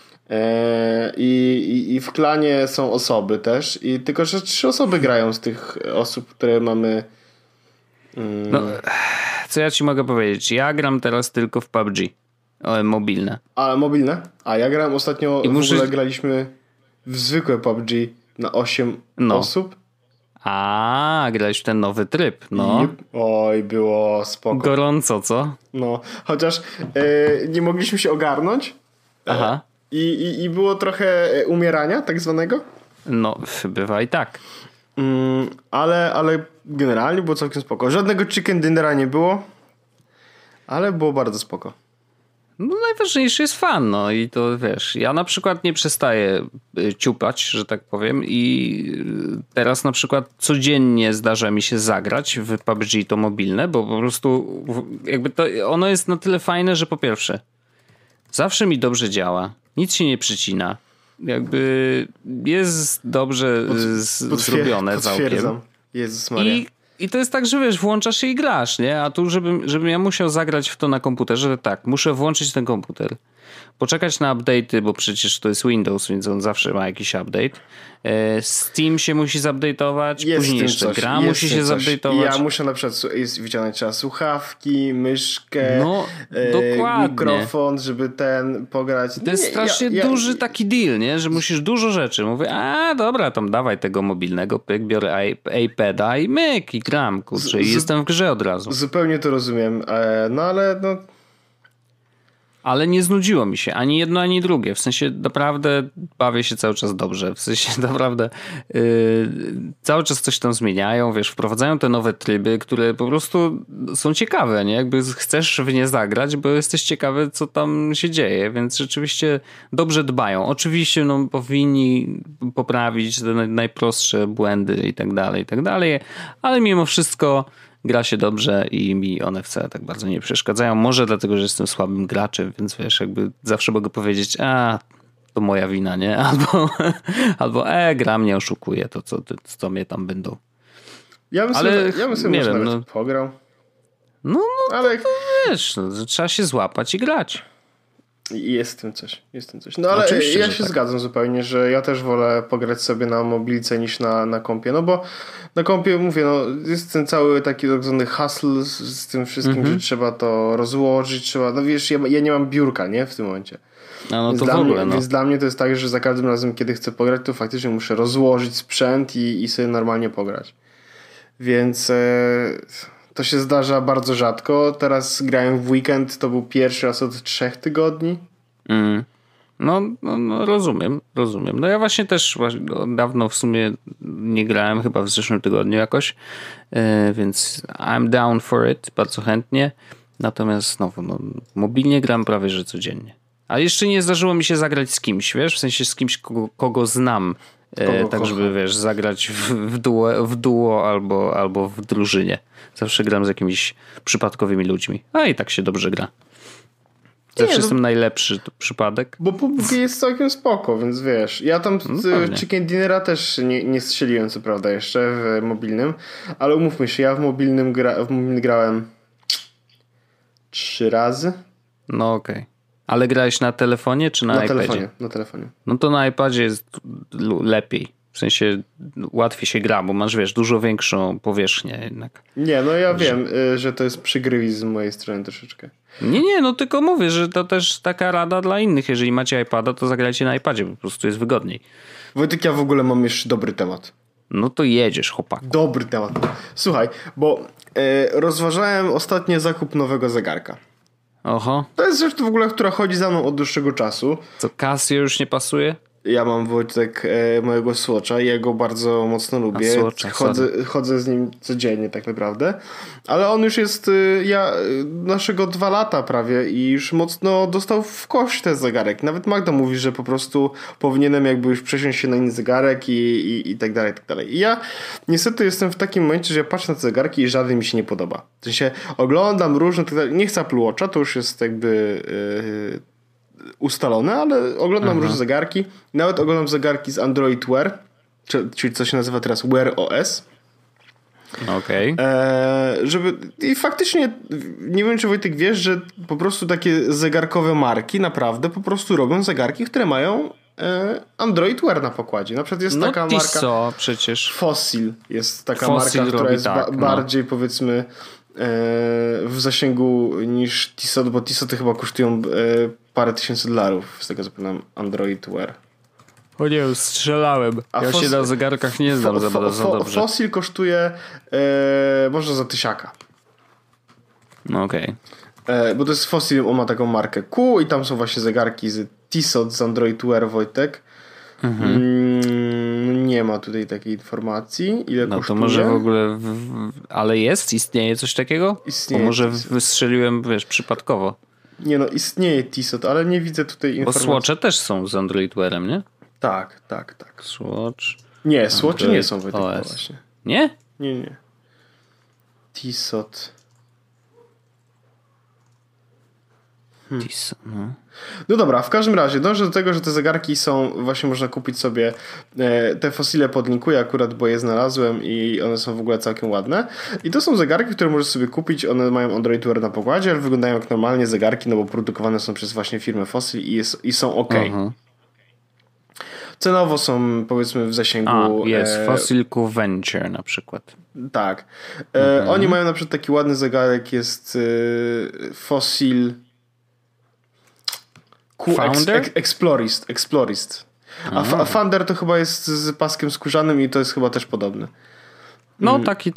I w klanie są osoby też. I tylko, że 3 osoby grają z tych osób, które mamy... No, co ja ci mogę powiedzieć? Ja gram teraz tylko w PUBG. Mobilne. A mobilne? A ja grałem ostatnio, w ogóle graliśmy w zwykłe PUBG na 8 osób. A, grałeś w ten nowy tryb, no. Oj, było spoko. Gorąco, co? No, chociaż nie mogliśmy się ogarnąć. Aha. I było trochę umierania tak zwanego. No, bywa i tak. Ale generalnie było całkiem spoko. Żadnego chicken dinnera nie było, ale było bardzo spoko. No najważniejszy jest fan, no i to ja na przykład nie przestaję ciupać, że tak powiem, i teraz na przykład codziennie zdarza mi się zagrać w PUBG to mobilne, bo po prostu jakby to ono jest na tyle fajne, że po pierwsze zawsze mi dobrze działa, nic się nie przycina. Jakby jest dobrze zrobione całkiem. Jezus Maria. I to jest tak, że włączasz się i grasz, nie? A tu, żebym ja musiał zagrać w to na komputerze, tak, muszę włączyć ten komputer, poczekać na update'y, bo przecież to jest Windows, więc on zawsze ma jakiś update. Steam się musi zupdate'ować, później jeszcze gra musi się zupdate'ować. Ja muszę na przykład wyciągnąć trzeba słuchawki, myszkę, mikrofon, żeby pograć. To jest strasznie duży taki deal, nie? Że musisz dużo rzeczy. Mówię, dobra, tam dawaj tego mobilnego, biorę iPada i myk i gram, kurczę, i jestem w grze od razu. Zupełnie to rozumiem, ale nie znudziło mi się ani jedno, ani drugie. W sensie naprawdę bawię się cały czas dobrze. W sensie naprawdę cały czas coś tam zmieniają, wprowadzają te nowe tryby, które po prostu są ciekawe, nie? Jakby chcesz w nie zagrać, bo jesteś ciekawy, co tam się dzieje, więc rzeczywiście dobrze dbają. Oczywiście powinni poprawić te najprostsze błędy i tak dalej, ale mimo wszystko gra się dobrze i mi one wcale tak bardzo nie przeszkadzają. Może dlatego, że jestem słabym graczem, więc jakby zawsze mogę powiedzieć, to moja wina, nie? Albo gra mnie oszukuje, to co mnie tam będą. Ja bym sobie może nawet pograł. Ale to trzeba się złapać i grać. Jest w tym coś. No ale oczywiście, ja się zgadzam zupełnie, że ja też wolę pograć sobie na mobilce niż na kompie, no bo na kompie mówię, jest ten cały taki tak zwany hustle z tym wszystkim, że trzeba to rozłożyć, ja nie mam biurka, nie? W tym momencie. Więc dla mnie to jest tak, że za każdym razem, kiedy chcę pograć, to faktycznie muszę rozłożyć sprzęt i sobie normalnie pograć. Więc to się zdarza bardzo rzadko. Teraz grałem w weekend, to był pierwszy raz od 3 tygodni. No, rozumiem. No ja właśnie też dawno w sumie nie grałem, chyba w zeszłym tygodniu jakoś, więc I'm down for it, bardzo chętnie. Natomiast mobilnie gram prawie że codziennie. A jeszcze nie zdarzyło mi się zagrać z kimś, w sensie z kimś, kogo znam. Tak, żeby zagrać w duo albo w drużynie. Zawsze gram z jakimiś przypadkowymi ludźmi. I tak się dobrze gra. Zawsze jestem najlepszy, to przypadek. Bo PUBG jest całkiem spoko, więc ja tam Chicken Dinnera też nie strzeliłem, co prawda, jeszcze w mobilnym, ale umówmy się, ja w mobilnym grałem 3 razy. No okej. Ale grałeś na telefonie czy na iPadzie? Na telefonie. No to na iPadzie jest lepiej. W sensie łatwiej się gra, bo masz, wiesz, dużo większą powierzchnię jednak. Nie, no ja wiem, że to jest przygrywi z mojej strony troszeczkę. Nie, no tylko mówię, że to też taka rada dla innych. Jeżeli macie iPada, to zagrajcie na iPadzie, po prostu jest wygodniej. Wojtek, ja w ogóle mam jeszcze dobry temat. No to jedziesz, chłopak. Dobry temat. Słuchaj, bo rozważałem ostatnio zakup nowego zegarka. Oho. To jest rzecz w ogóle, która chodzi za mną od dłuższego czasu. Co, Casio już nie pasuje? Ja mam, Wojtek, mojego Swatcha i ja go bardzo mocno lubię. Chodzę z nim codziennie tak naprawdę. Ale on już jest naszego 2 lata prawie i już mocno dostał w kość ten zegarek. Nawet Magda mówi, że po prostu powinienem jakby już przesiąść się na inny zegarek i tak dalej, i tak dalej. I ja niestety jestem w takim momencie, że ja patrzę na te zegarki i żaden mi się nie podoba. W sensie oglądam różne, tak dalej. Nie chcę Apple Watcha, to już jest jakby... ustalone, ale oglądam różne zegarki. Nawet oglądam zegarki z Android Wear, czyli co się nazywa teraz Wear OS. Okej. I faktycznie nie wiem, czy Wojtek wiesz, że po prostu takie zegarkowe marki naprawdę po prostu robią zegarki, które mają Android Wear na pokładzie. Na przykład jest taka marka przecież. Fossil jest taka marka, która jest bardziej powiedzmy w zasięgu niż Tissot, bo Tissoty chyba kosztują parę tysięcy dolarów, z tego co pamiętam, Android Wear. O nie, strzelałem. Ja się na zegarkach nie znam za dobrze. Fossil kosztuje może za 1000. No okej. Bo to jest Fossil, on ma taką markę Q i tam są właśnie zegarki z Tissot, z Android Wear, Wojtek. Nie ma tutaj takiej informacji, ile kosztuje. To może w ogóle... Ale istnieje coś takiego? Istnieje. Bo może wystrzeliłem, wiesz, przypadkowo. Nie no, istnieje Tissot, ale nie widzę tutaj informacji. Bo Swatche też są z Android Wearem, nie? Tak. Swatch. Nie, Swatche nie są Wojtek, właśnie. Nie? Nie. Tissot. No dobra, w każdym razie dążę do tego, że te zegarki są, właśnie można kupić sobie te Fossile, podlinkuję akurat, bo je znalazłem i one są w ogóle całkiem ładne. I to są zegarki, które możesz sobie kupić, one mają Android Wear na pokładzie, ale wyglądają jak normalnie zegarki, no bo produkowane są przez właśnie firmę Fossil i są ok. Cenowo są powiedzmy w zasięgu... Jest Fossil Q Venture na przykład. Tak. Oni mają na przykład taki ładny zegarek, jest Fossil... Explorist. A Founder to chyba jest z paskiem skórzanym i to jest chyba też podobny. No taki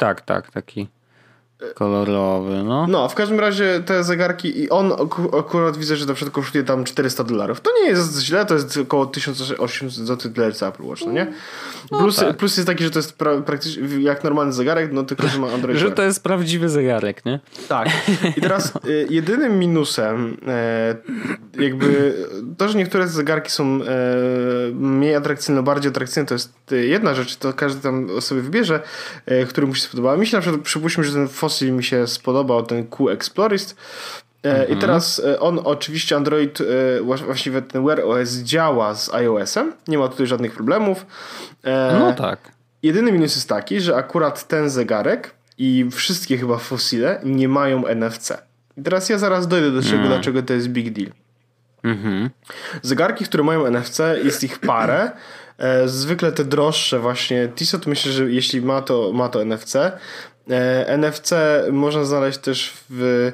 kolorowy, no. No, w każdym razie te zegarki i on akurat widzę, że na przykład kosztuje tam $400. To nie jest źle, to jest około 1800 zł dla Apple Watch, no nie? Plus jest taki, że to jest praktycznie jak normalny zegarek, no tylko, że ma Android Że to jest prawdziwy zegarek, nie? Tak. I teraz jedynym minusem jakby to, że niektóre zegarki są mniej atrakcyjne, bardziej atrakcyjne, to jest jedna rzecz, to każdy tam sobie wybierze, który mu się spodobał. Mi się na przykład, przypuśćmy, że ten Fossil mi się spodobał, ten Q Explorist. I teraz on oczywiście Android, właściwie ten Wear OS działa z iOS-em, nie ma tutaj żadnych problemów. No tak. Jedyny minus jest taki, że akurat ten zegarek i wszystkie chyba Fossile nie mają NFC. I teraz ja zaraz dojdę do czego, dlaczego to jest big deal. Zegarki, które mają NFC, jest ich parę. Zwykle te droższe właśnie Tissot, myślę, że jeśli ma to NFC. NFC można znaleźć też w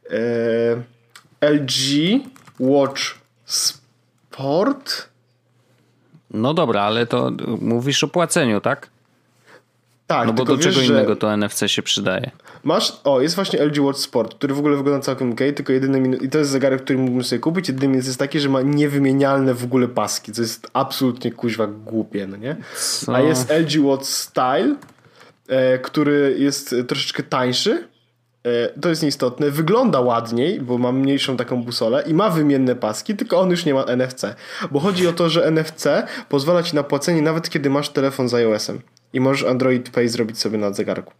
LG Watch Sport. No dobra, ale to mówisz o płaceniu, tak? Tak. No bo do czego innego to NFC się przydaje? Jest właśnie LG Watch Sport, który w ogóle wygląda całkiem okej, tylko jedyny minus, i to jest zegarek, który mógłbym sobie kupić, jedyny minus jest taki, że ma niewymienialne w ogóle paski, co jest absolutnie kuźwa głupie, no nie? Co? A jest LG Watch Style, który jest troszeczkę tańszy, to jest nieistotne, wygląda ładniej, bo ma mniejszą taką busolę i ma wymienne paski, tylko on już nie ma NFC, bo chodzi o to, że NFC pozwala ci na płacenie nawet kiedy masz telefon z iOS-em i możesz Android Pay zrobić sobie na zegarku.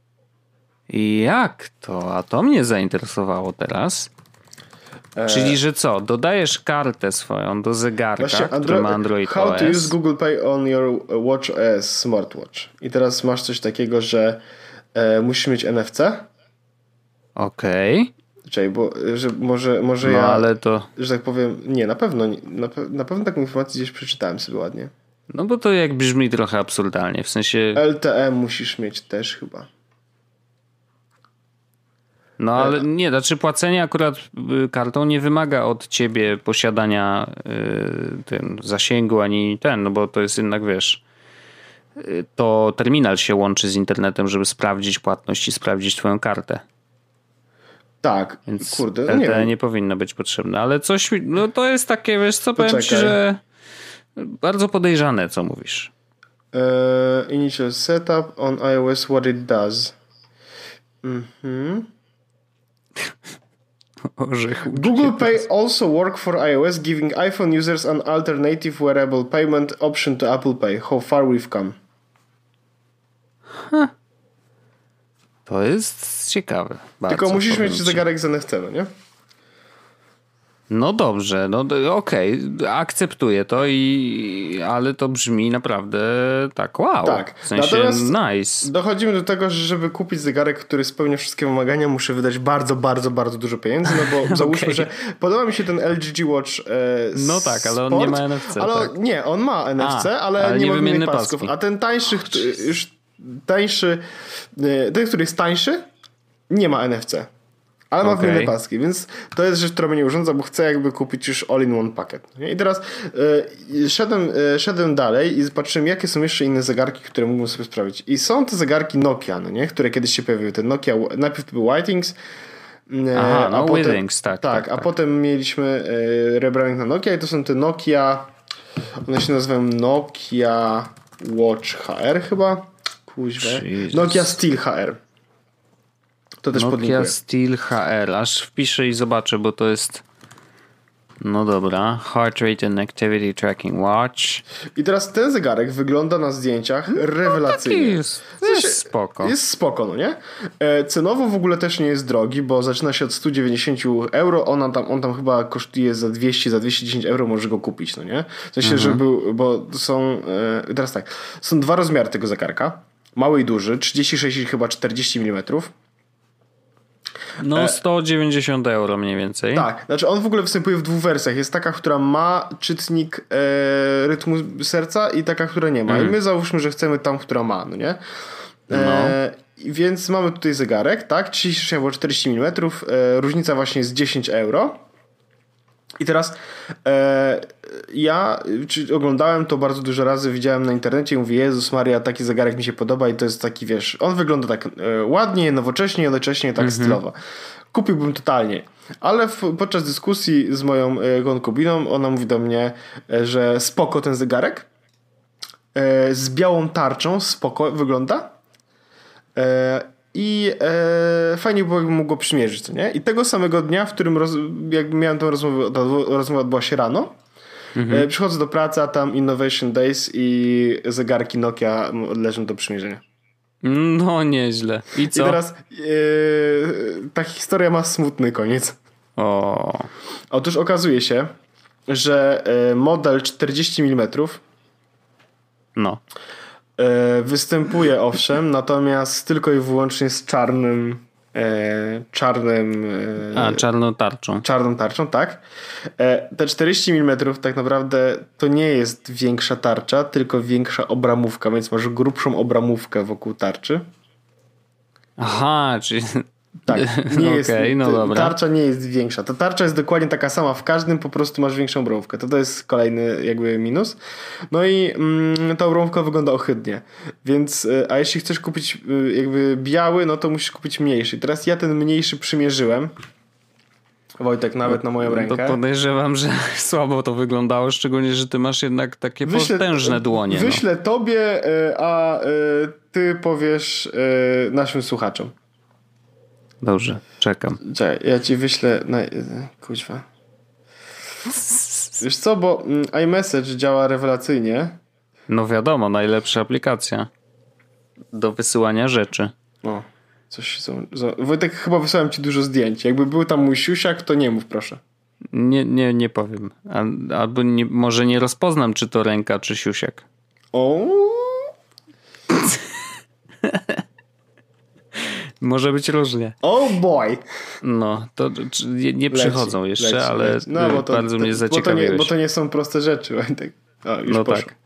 Jak to? A to mnie zainteresowało teraz. Czyli, że co? Dodajesz kartę swoją do zegarka, który ma Android How OS. to use Google Pay on your watch as smartwatch. I teraz masz coś takiego, że musisz mieć NFC. Okej. Czekaj, bo że może no, ja, ale to... że tak powiem, nie, na pewno taką informację gdzieś przeczytałem sobie ładnie. No bo to jak brzmi trochę absurdalnie, w sensie... LTE musisz mieć też chyba. No ale nie, znaczy płacenie akurat kartą nie wymaga od ciebie posiadania zasięgu ani no bo to jest jednak, wiesz, to terminal się łączy z internetem, żeby sprawdzić płatność i sprawdzić twoją kartę. Tak, więc kurde, LTE nie wiem. nie powinno być potrzebne, ale coś, no to jest takie, wiesz co, powiem ci, że bardzo podejrzane, co mówisz. Initial setup on iOS, what it does. Google Pay also work for iOS, giving iPhone users an alternative wearable payment option to Apple Pay. How far we've come. To jest ciekawe. Tylko musisz mieć zegarek z NFC, no nie? No dobrze, no okej, akceptuję to, ale to brzmi naprawdę tak wow. Tak. W sensie nice. Dochodzimy do tego, że żeby kupić zegarek, który spełnia wszystkie wymagania, muszę wydać bardzo, bardzo, bardzo dużo pieniędzy, no bo załóżmy, że podoba mi się ten LG G Watch no tak, ale Sport, on nie ma NFC. Ale tak. Nie, on ma NFC, ale nie ma wymiennych pasków. A ten tańszy, ten, który jest tańszy, nie ma NFC. Ale ma wymienne paski, więc to jest rzecz, która mnie urządza, bo chcę jakby kupić już all-in-one pakiet. I teraz szedłem dalej i zobaczyłem, jakie są jeszcze inne zegarki, które mógłbym sobie sprawdzić. I są te zegarki Nokia, no nie? Które kiedyś się pojawiły. Ten Nokia, najpierw to był Whitings. Aha, no Whitings, tak. A potem mieliśmy rebranding na Nokia i to są te Nokia, one się nazywają Nokia Watch HR chyba. Kuźwa. Nokia Steel HR. To też Nokia podlinkuję. Steel HR. Aż wpiszę i zobaczę, bo to jest... No dobra. Heart Rate and Activity Tracking Watch. I teraz ten zegarek wygląda na zdjęciach rewelacyjnie. Jest spoko. Jest spoko, no nie? Cenowo w ogóle też nie jest drogi, bo zaczyna się od 190 euro. On tam chyba kosztuje za 200, za 210 euro możesz go kupić, no nie? W sensie, że bo są... Teraz tak. Są dwa rozmiary tego zegarka. Mały i duży. 36 i chyba 40 mm. No 190 euro mniej więcej. Tak, znaczy on w ogóle występuje w dwóch wersjach. Jest taka, która ma czytnik rytmu serca i taka, która nie ma. I my załóżmy, że chcemy tam, która ma, no nie? Więc mamy tutaj zegarek, tak? 36 albo 40 mm. Różnica właśnie jest 10 euro. I teraz ja oglądałem to bardzo dużo razy, widziałem na internecie i mówię, Jezus Maria, taki zegarek mi się podoba i to jest taki, wiesz, on wygląda tak ładnie, nowocześnie, jednocześnie tak stylowo. Kupiłbym totalnie. Ale podczas dyskusji z moją konkubiną, ona mówi do mnie, że spoko ten zegarek, z białą tarczą, spoko wygląda. I fajnie było, jakbym mógł go przymierzyć, co nie? I tego samego dnia, w którym jak miałem tę rozmowę, ta rozmowa odbyła się rano, przychodzę do pracy, a tam Innovation Days i zegarki Nokia leżą do przymierzenia. No nieźle. I co? I teraz ta historia ma smutny koniec. Otóż okazuje się, że model 40 mm występuje owszem, natomiast tylko i wyłącznie z czarną tarczą. Czarną tarczą, tak. Te 40 mm tak naprawdę to nie jest większa tarcza, tylko większa obramówka, więc masz grubszą obramówkę wokół tarczy. Aha, czyli... Tak, nie jest, no dobra. Tarcza nie jest większa. Ta tarcza jest dokładnie taka sama w każdym, po prostu masz większą obrąbkę. To jest kolejny jakby minus. No i ta obrąbka wygląda ohydnie. Więc, a jeśli chcesz kupić jakby biały, no to musisz kupić mniejszy. I teraz ja ten mniejszy przymierzyłem. Wojtek, nawet na moją rękę. To podejrzewam, że słabo to wyglądało, szczególnie, że ty masz jednak takie potężne dłonie. Wyślę tobie, a ty powiesz naszym słuchaczom. Dobrze, czekam. Czekaj, ja ci wyślę kuźwa. Wiesz co, bo iMessage działa rewelacyjnie. No wiadomo, najlepsza aplikacja do wysyłania rzeczy. O, Wojtek, chyba wysłałem ci dużo zdjęć. Jakby był tam mój siusiak, to nie mów proszę. Nie powiem. Albo może nie rozpoznam, czy to ręka, czy siusiak. Może być różnie. Oh boy! No, to nie przychodzą jeszcze, leci. ale no, bo to, bardzo mnie zaciekawiłeś. Bo to nie są proste rzeczy, Wojtek. O, już no poszło. tak.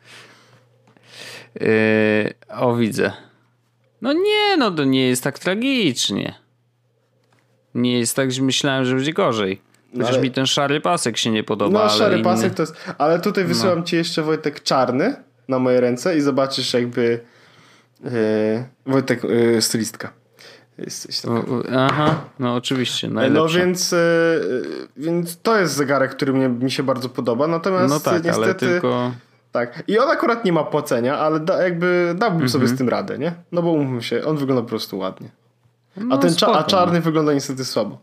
Widzę. No nie, no to nie jest tak tragicznie. Nie jest tak, że myślałem, że będzie gorzej. Chociaż mi ten szary pasek się nie podoba. No, ale szary pasek to jest... Ale tutaj wysyłam ci jeszcze, Wojtek, czarny na moje ręce i zobaczysz jakby Wojtek, stylistka. Jesteś taka. Aha, no oczywiście, najlepsze. No więc to jest zegarek, który mi się bardzo podoba, natomiast no tak, niestety... ale tylko... Tak. I on akurat nie ma płacenia, ale dałbym sobie z tym radę, nie? No bo umówmy się, on wygląda po prostu ładnie. No, a czarny wygląda niestety słabo.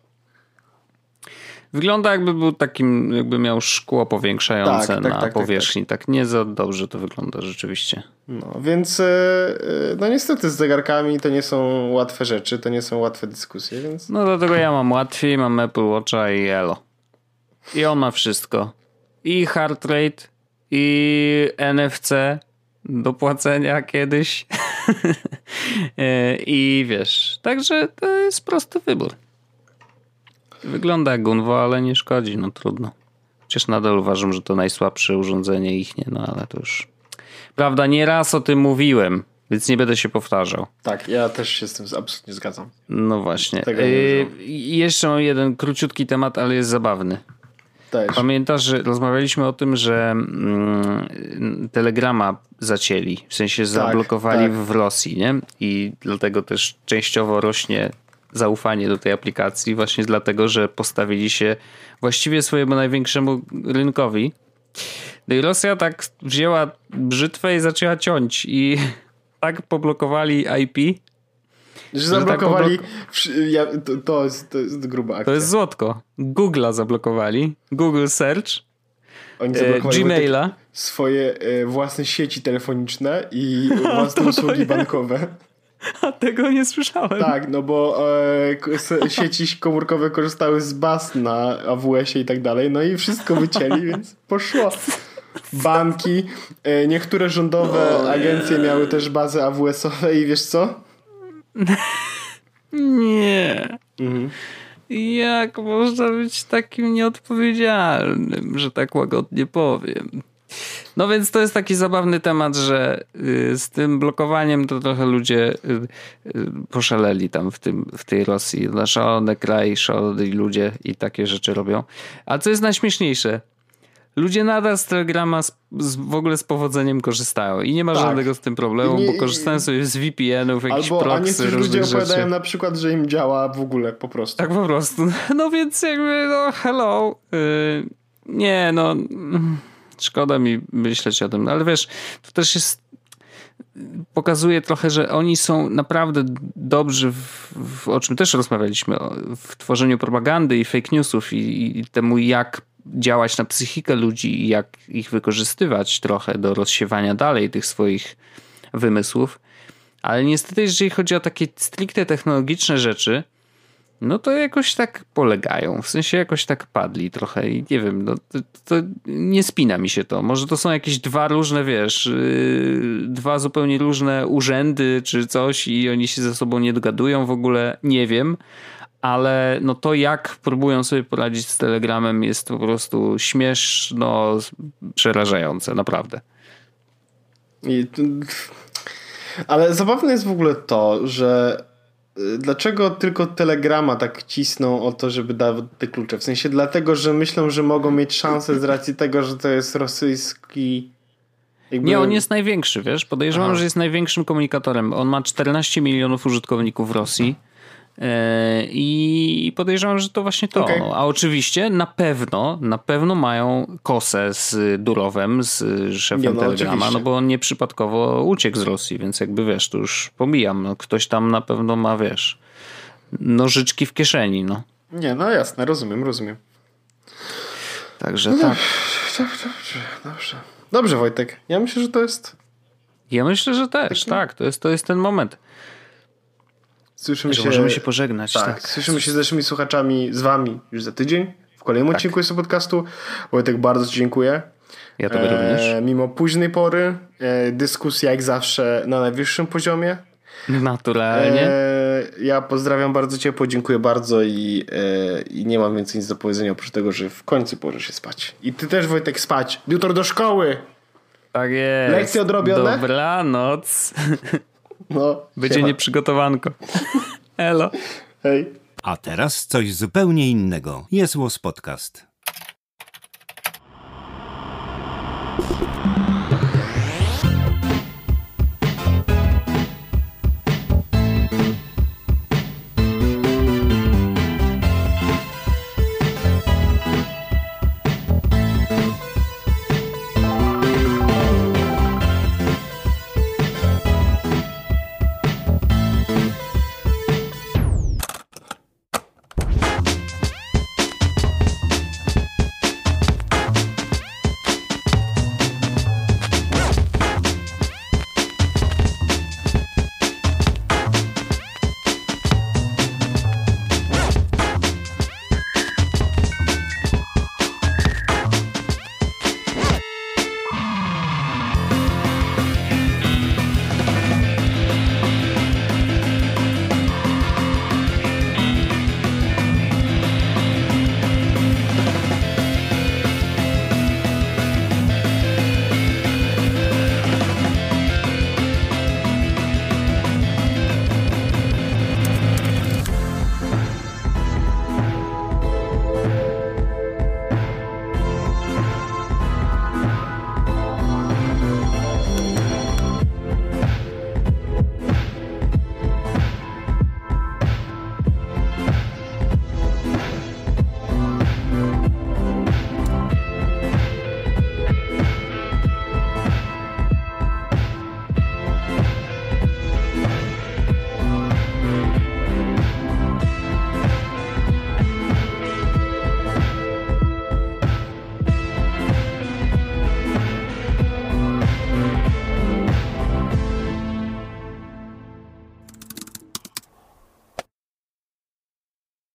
Wygląda jakby był takim, jakby miał szkło powiększające na powierzchni. Tak nie za dobrze to wygląda rzeczywiście. No więc no niestety z zegarkami to nie są łatwe rzeczy, to nie są łatwe dyskusje, więc... No dlatego ja mam łatwiej, mam Apple Watcha i Elo. I on ma wszystko. I heart rate, i NFC do płacenia kiedyś. I wiesz, także to jest prosty wybór. Wygląda jak gunwo, ale nie szkodzi, no trudno. Przecież nadal uważam, że to najsłabsze urządzenie ich, nie, no ale to już... Prawda, nieraz o tym mówiłem, więc nie będę się powtarzał. Tak, ja też się z tym absolutnie zgadzam. No właśnie. Jeszcze mam jeden króciutki temat, ale jest zabawny. Też. Pamiętasz, że rozmawialiśmy o tym, że Telegrama zacięli, w sensie zablokowali w Rosji, nie? I dlatego też częściowo rośnie zaufanie do tej aplikacji, właśnie dlatego, że postawili się właściwie swojemu największemu rynkowi. No i Rosja tak wzięła brzytwę i zaczęła ciąć i tak poblokowali IP, że zablokowali... To jest gruba akcja. To jest złotko. Google'a zablokowali. Google Search. Oni zablokowali Gmaila. Swoje własne sieci telefoniczne i własne usługi bankowe. A tego nie słyszałem. Tak, no bo sieci komórkowe korzystały z baz na AWS-ie i tak dalej, no i wszystko wycięli, więc poszło. Banki, niektóre rządowe agencje miały też bazy AWS-owe i wiesz co? Nie. Jak można być takim nieodpowiedzialnym, że tak łagodnie powiem. No więc to jest taki zabawny temat, że z tym blokowaniem to trochę ludzie poszaleli tam w tej Rosji. Szalony kraj, szaleni ludzie i takie rzeczy robią. A co jest najśmieszniejsze? Ludzie nadal z Telegrama w ogóle z powodzeniem korzystają i nie ma żadnego z tym problemu, bo korzystają sobie z VPN-ów, jakichś proxy, a niektórzy ludzie opowiadają rzeczy. na przykład, że im działa w ogóle po prostu. Tak po prostu. No więc jakby no hello. Nie no szkoda mi myśleć o tym, ale wiesz, to też jest pokazuje trochę, że oni są naprawdę dobrzy o czym też rozmawialiśmy, w tworzeniu propagandy i fake newsów i temu jak działać na psychikę ludzi i jak ich wykorzystywać trochę do rozsiewania dalej tych swoich wymysłów. Ale niestety, jeżeli chodzi o takie stricte technologiczne rzeczy, no to jakoś tak polegają. W sensie jakoś tak padli trochę i nie wiem, no to nie spina mi się to. Może to są jakieś dwa różne, wiesz, dwa zupełnie różne urzędy czy coś i oni się ze sobą nie dogadują w ogóle, nie wiem. Ale no to jak próbują sobie poradzić z Telegramem jest po prostu śmieszno przerażające, naprawdę. Ale zabawne jest w ogóle to, że dlaczego tylko Telegrama tak cisną o to, żeby dać te klucze? W sensie dlatego, że myślą, że mogą mieć szansę z racji tego, że to jest rosyjski... Nie, on jest największy, wiesz? Podejrzewam, że jest największym komunikatorem. On ma 14 milionów użytkowników w Rosji. I podejrzewam, że to właśnie to. Okay. A oczywiście na pewno mają kosę z Durowem, z szefem Telegrama, oczywiście. No bo on nieprzypadkowo uciekł z Rosji, więc jakby wiesz, to już pomijam. No, ktoś tam na pewno ma, wiesz, nożyczki w kieszeni, no. Nie, no jasne, rozumiem. Także no tak. Dobrze, Wojtek. Ja myślę, że to jest... Ja myślę, że też, tak. To jest ten moment. Możemy się pożegnać. Tak. Słyszymy się z naszymi słuchaczami, z wami już za tydzień w kolejnym odcinku jest podcastu. Wojtek, bardzo ci dziękuję. Ja tobie również. Mimo późnej pory dyskusja jak zawsze na najwyższym poziomie. Naturalnie. ja pozdrawiam bardzo ciepło, dziękuję bardzo i nie mam więcej nic do powiedzenia oprócz tego, że w końcu położę się spać. I ty też, Wojtek, spać. Jutro do szkoły. Tak jest. Lekcje odrobione? Dobranoc. No, będzie nieprzygotowanko. Elo. Hej. A teraz coś zupełnie innego. Jest Podcast.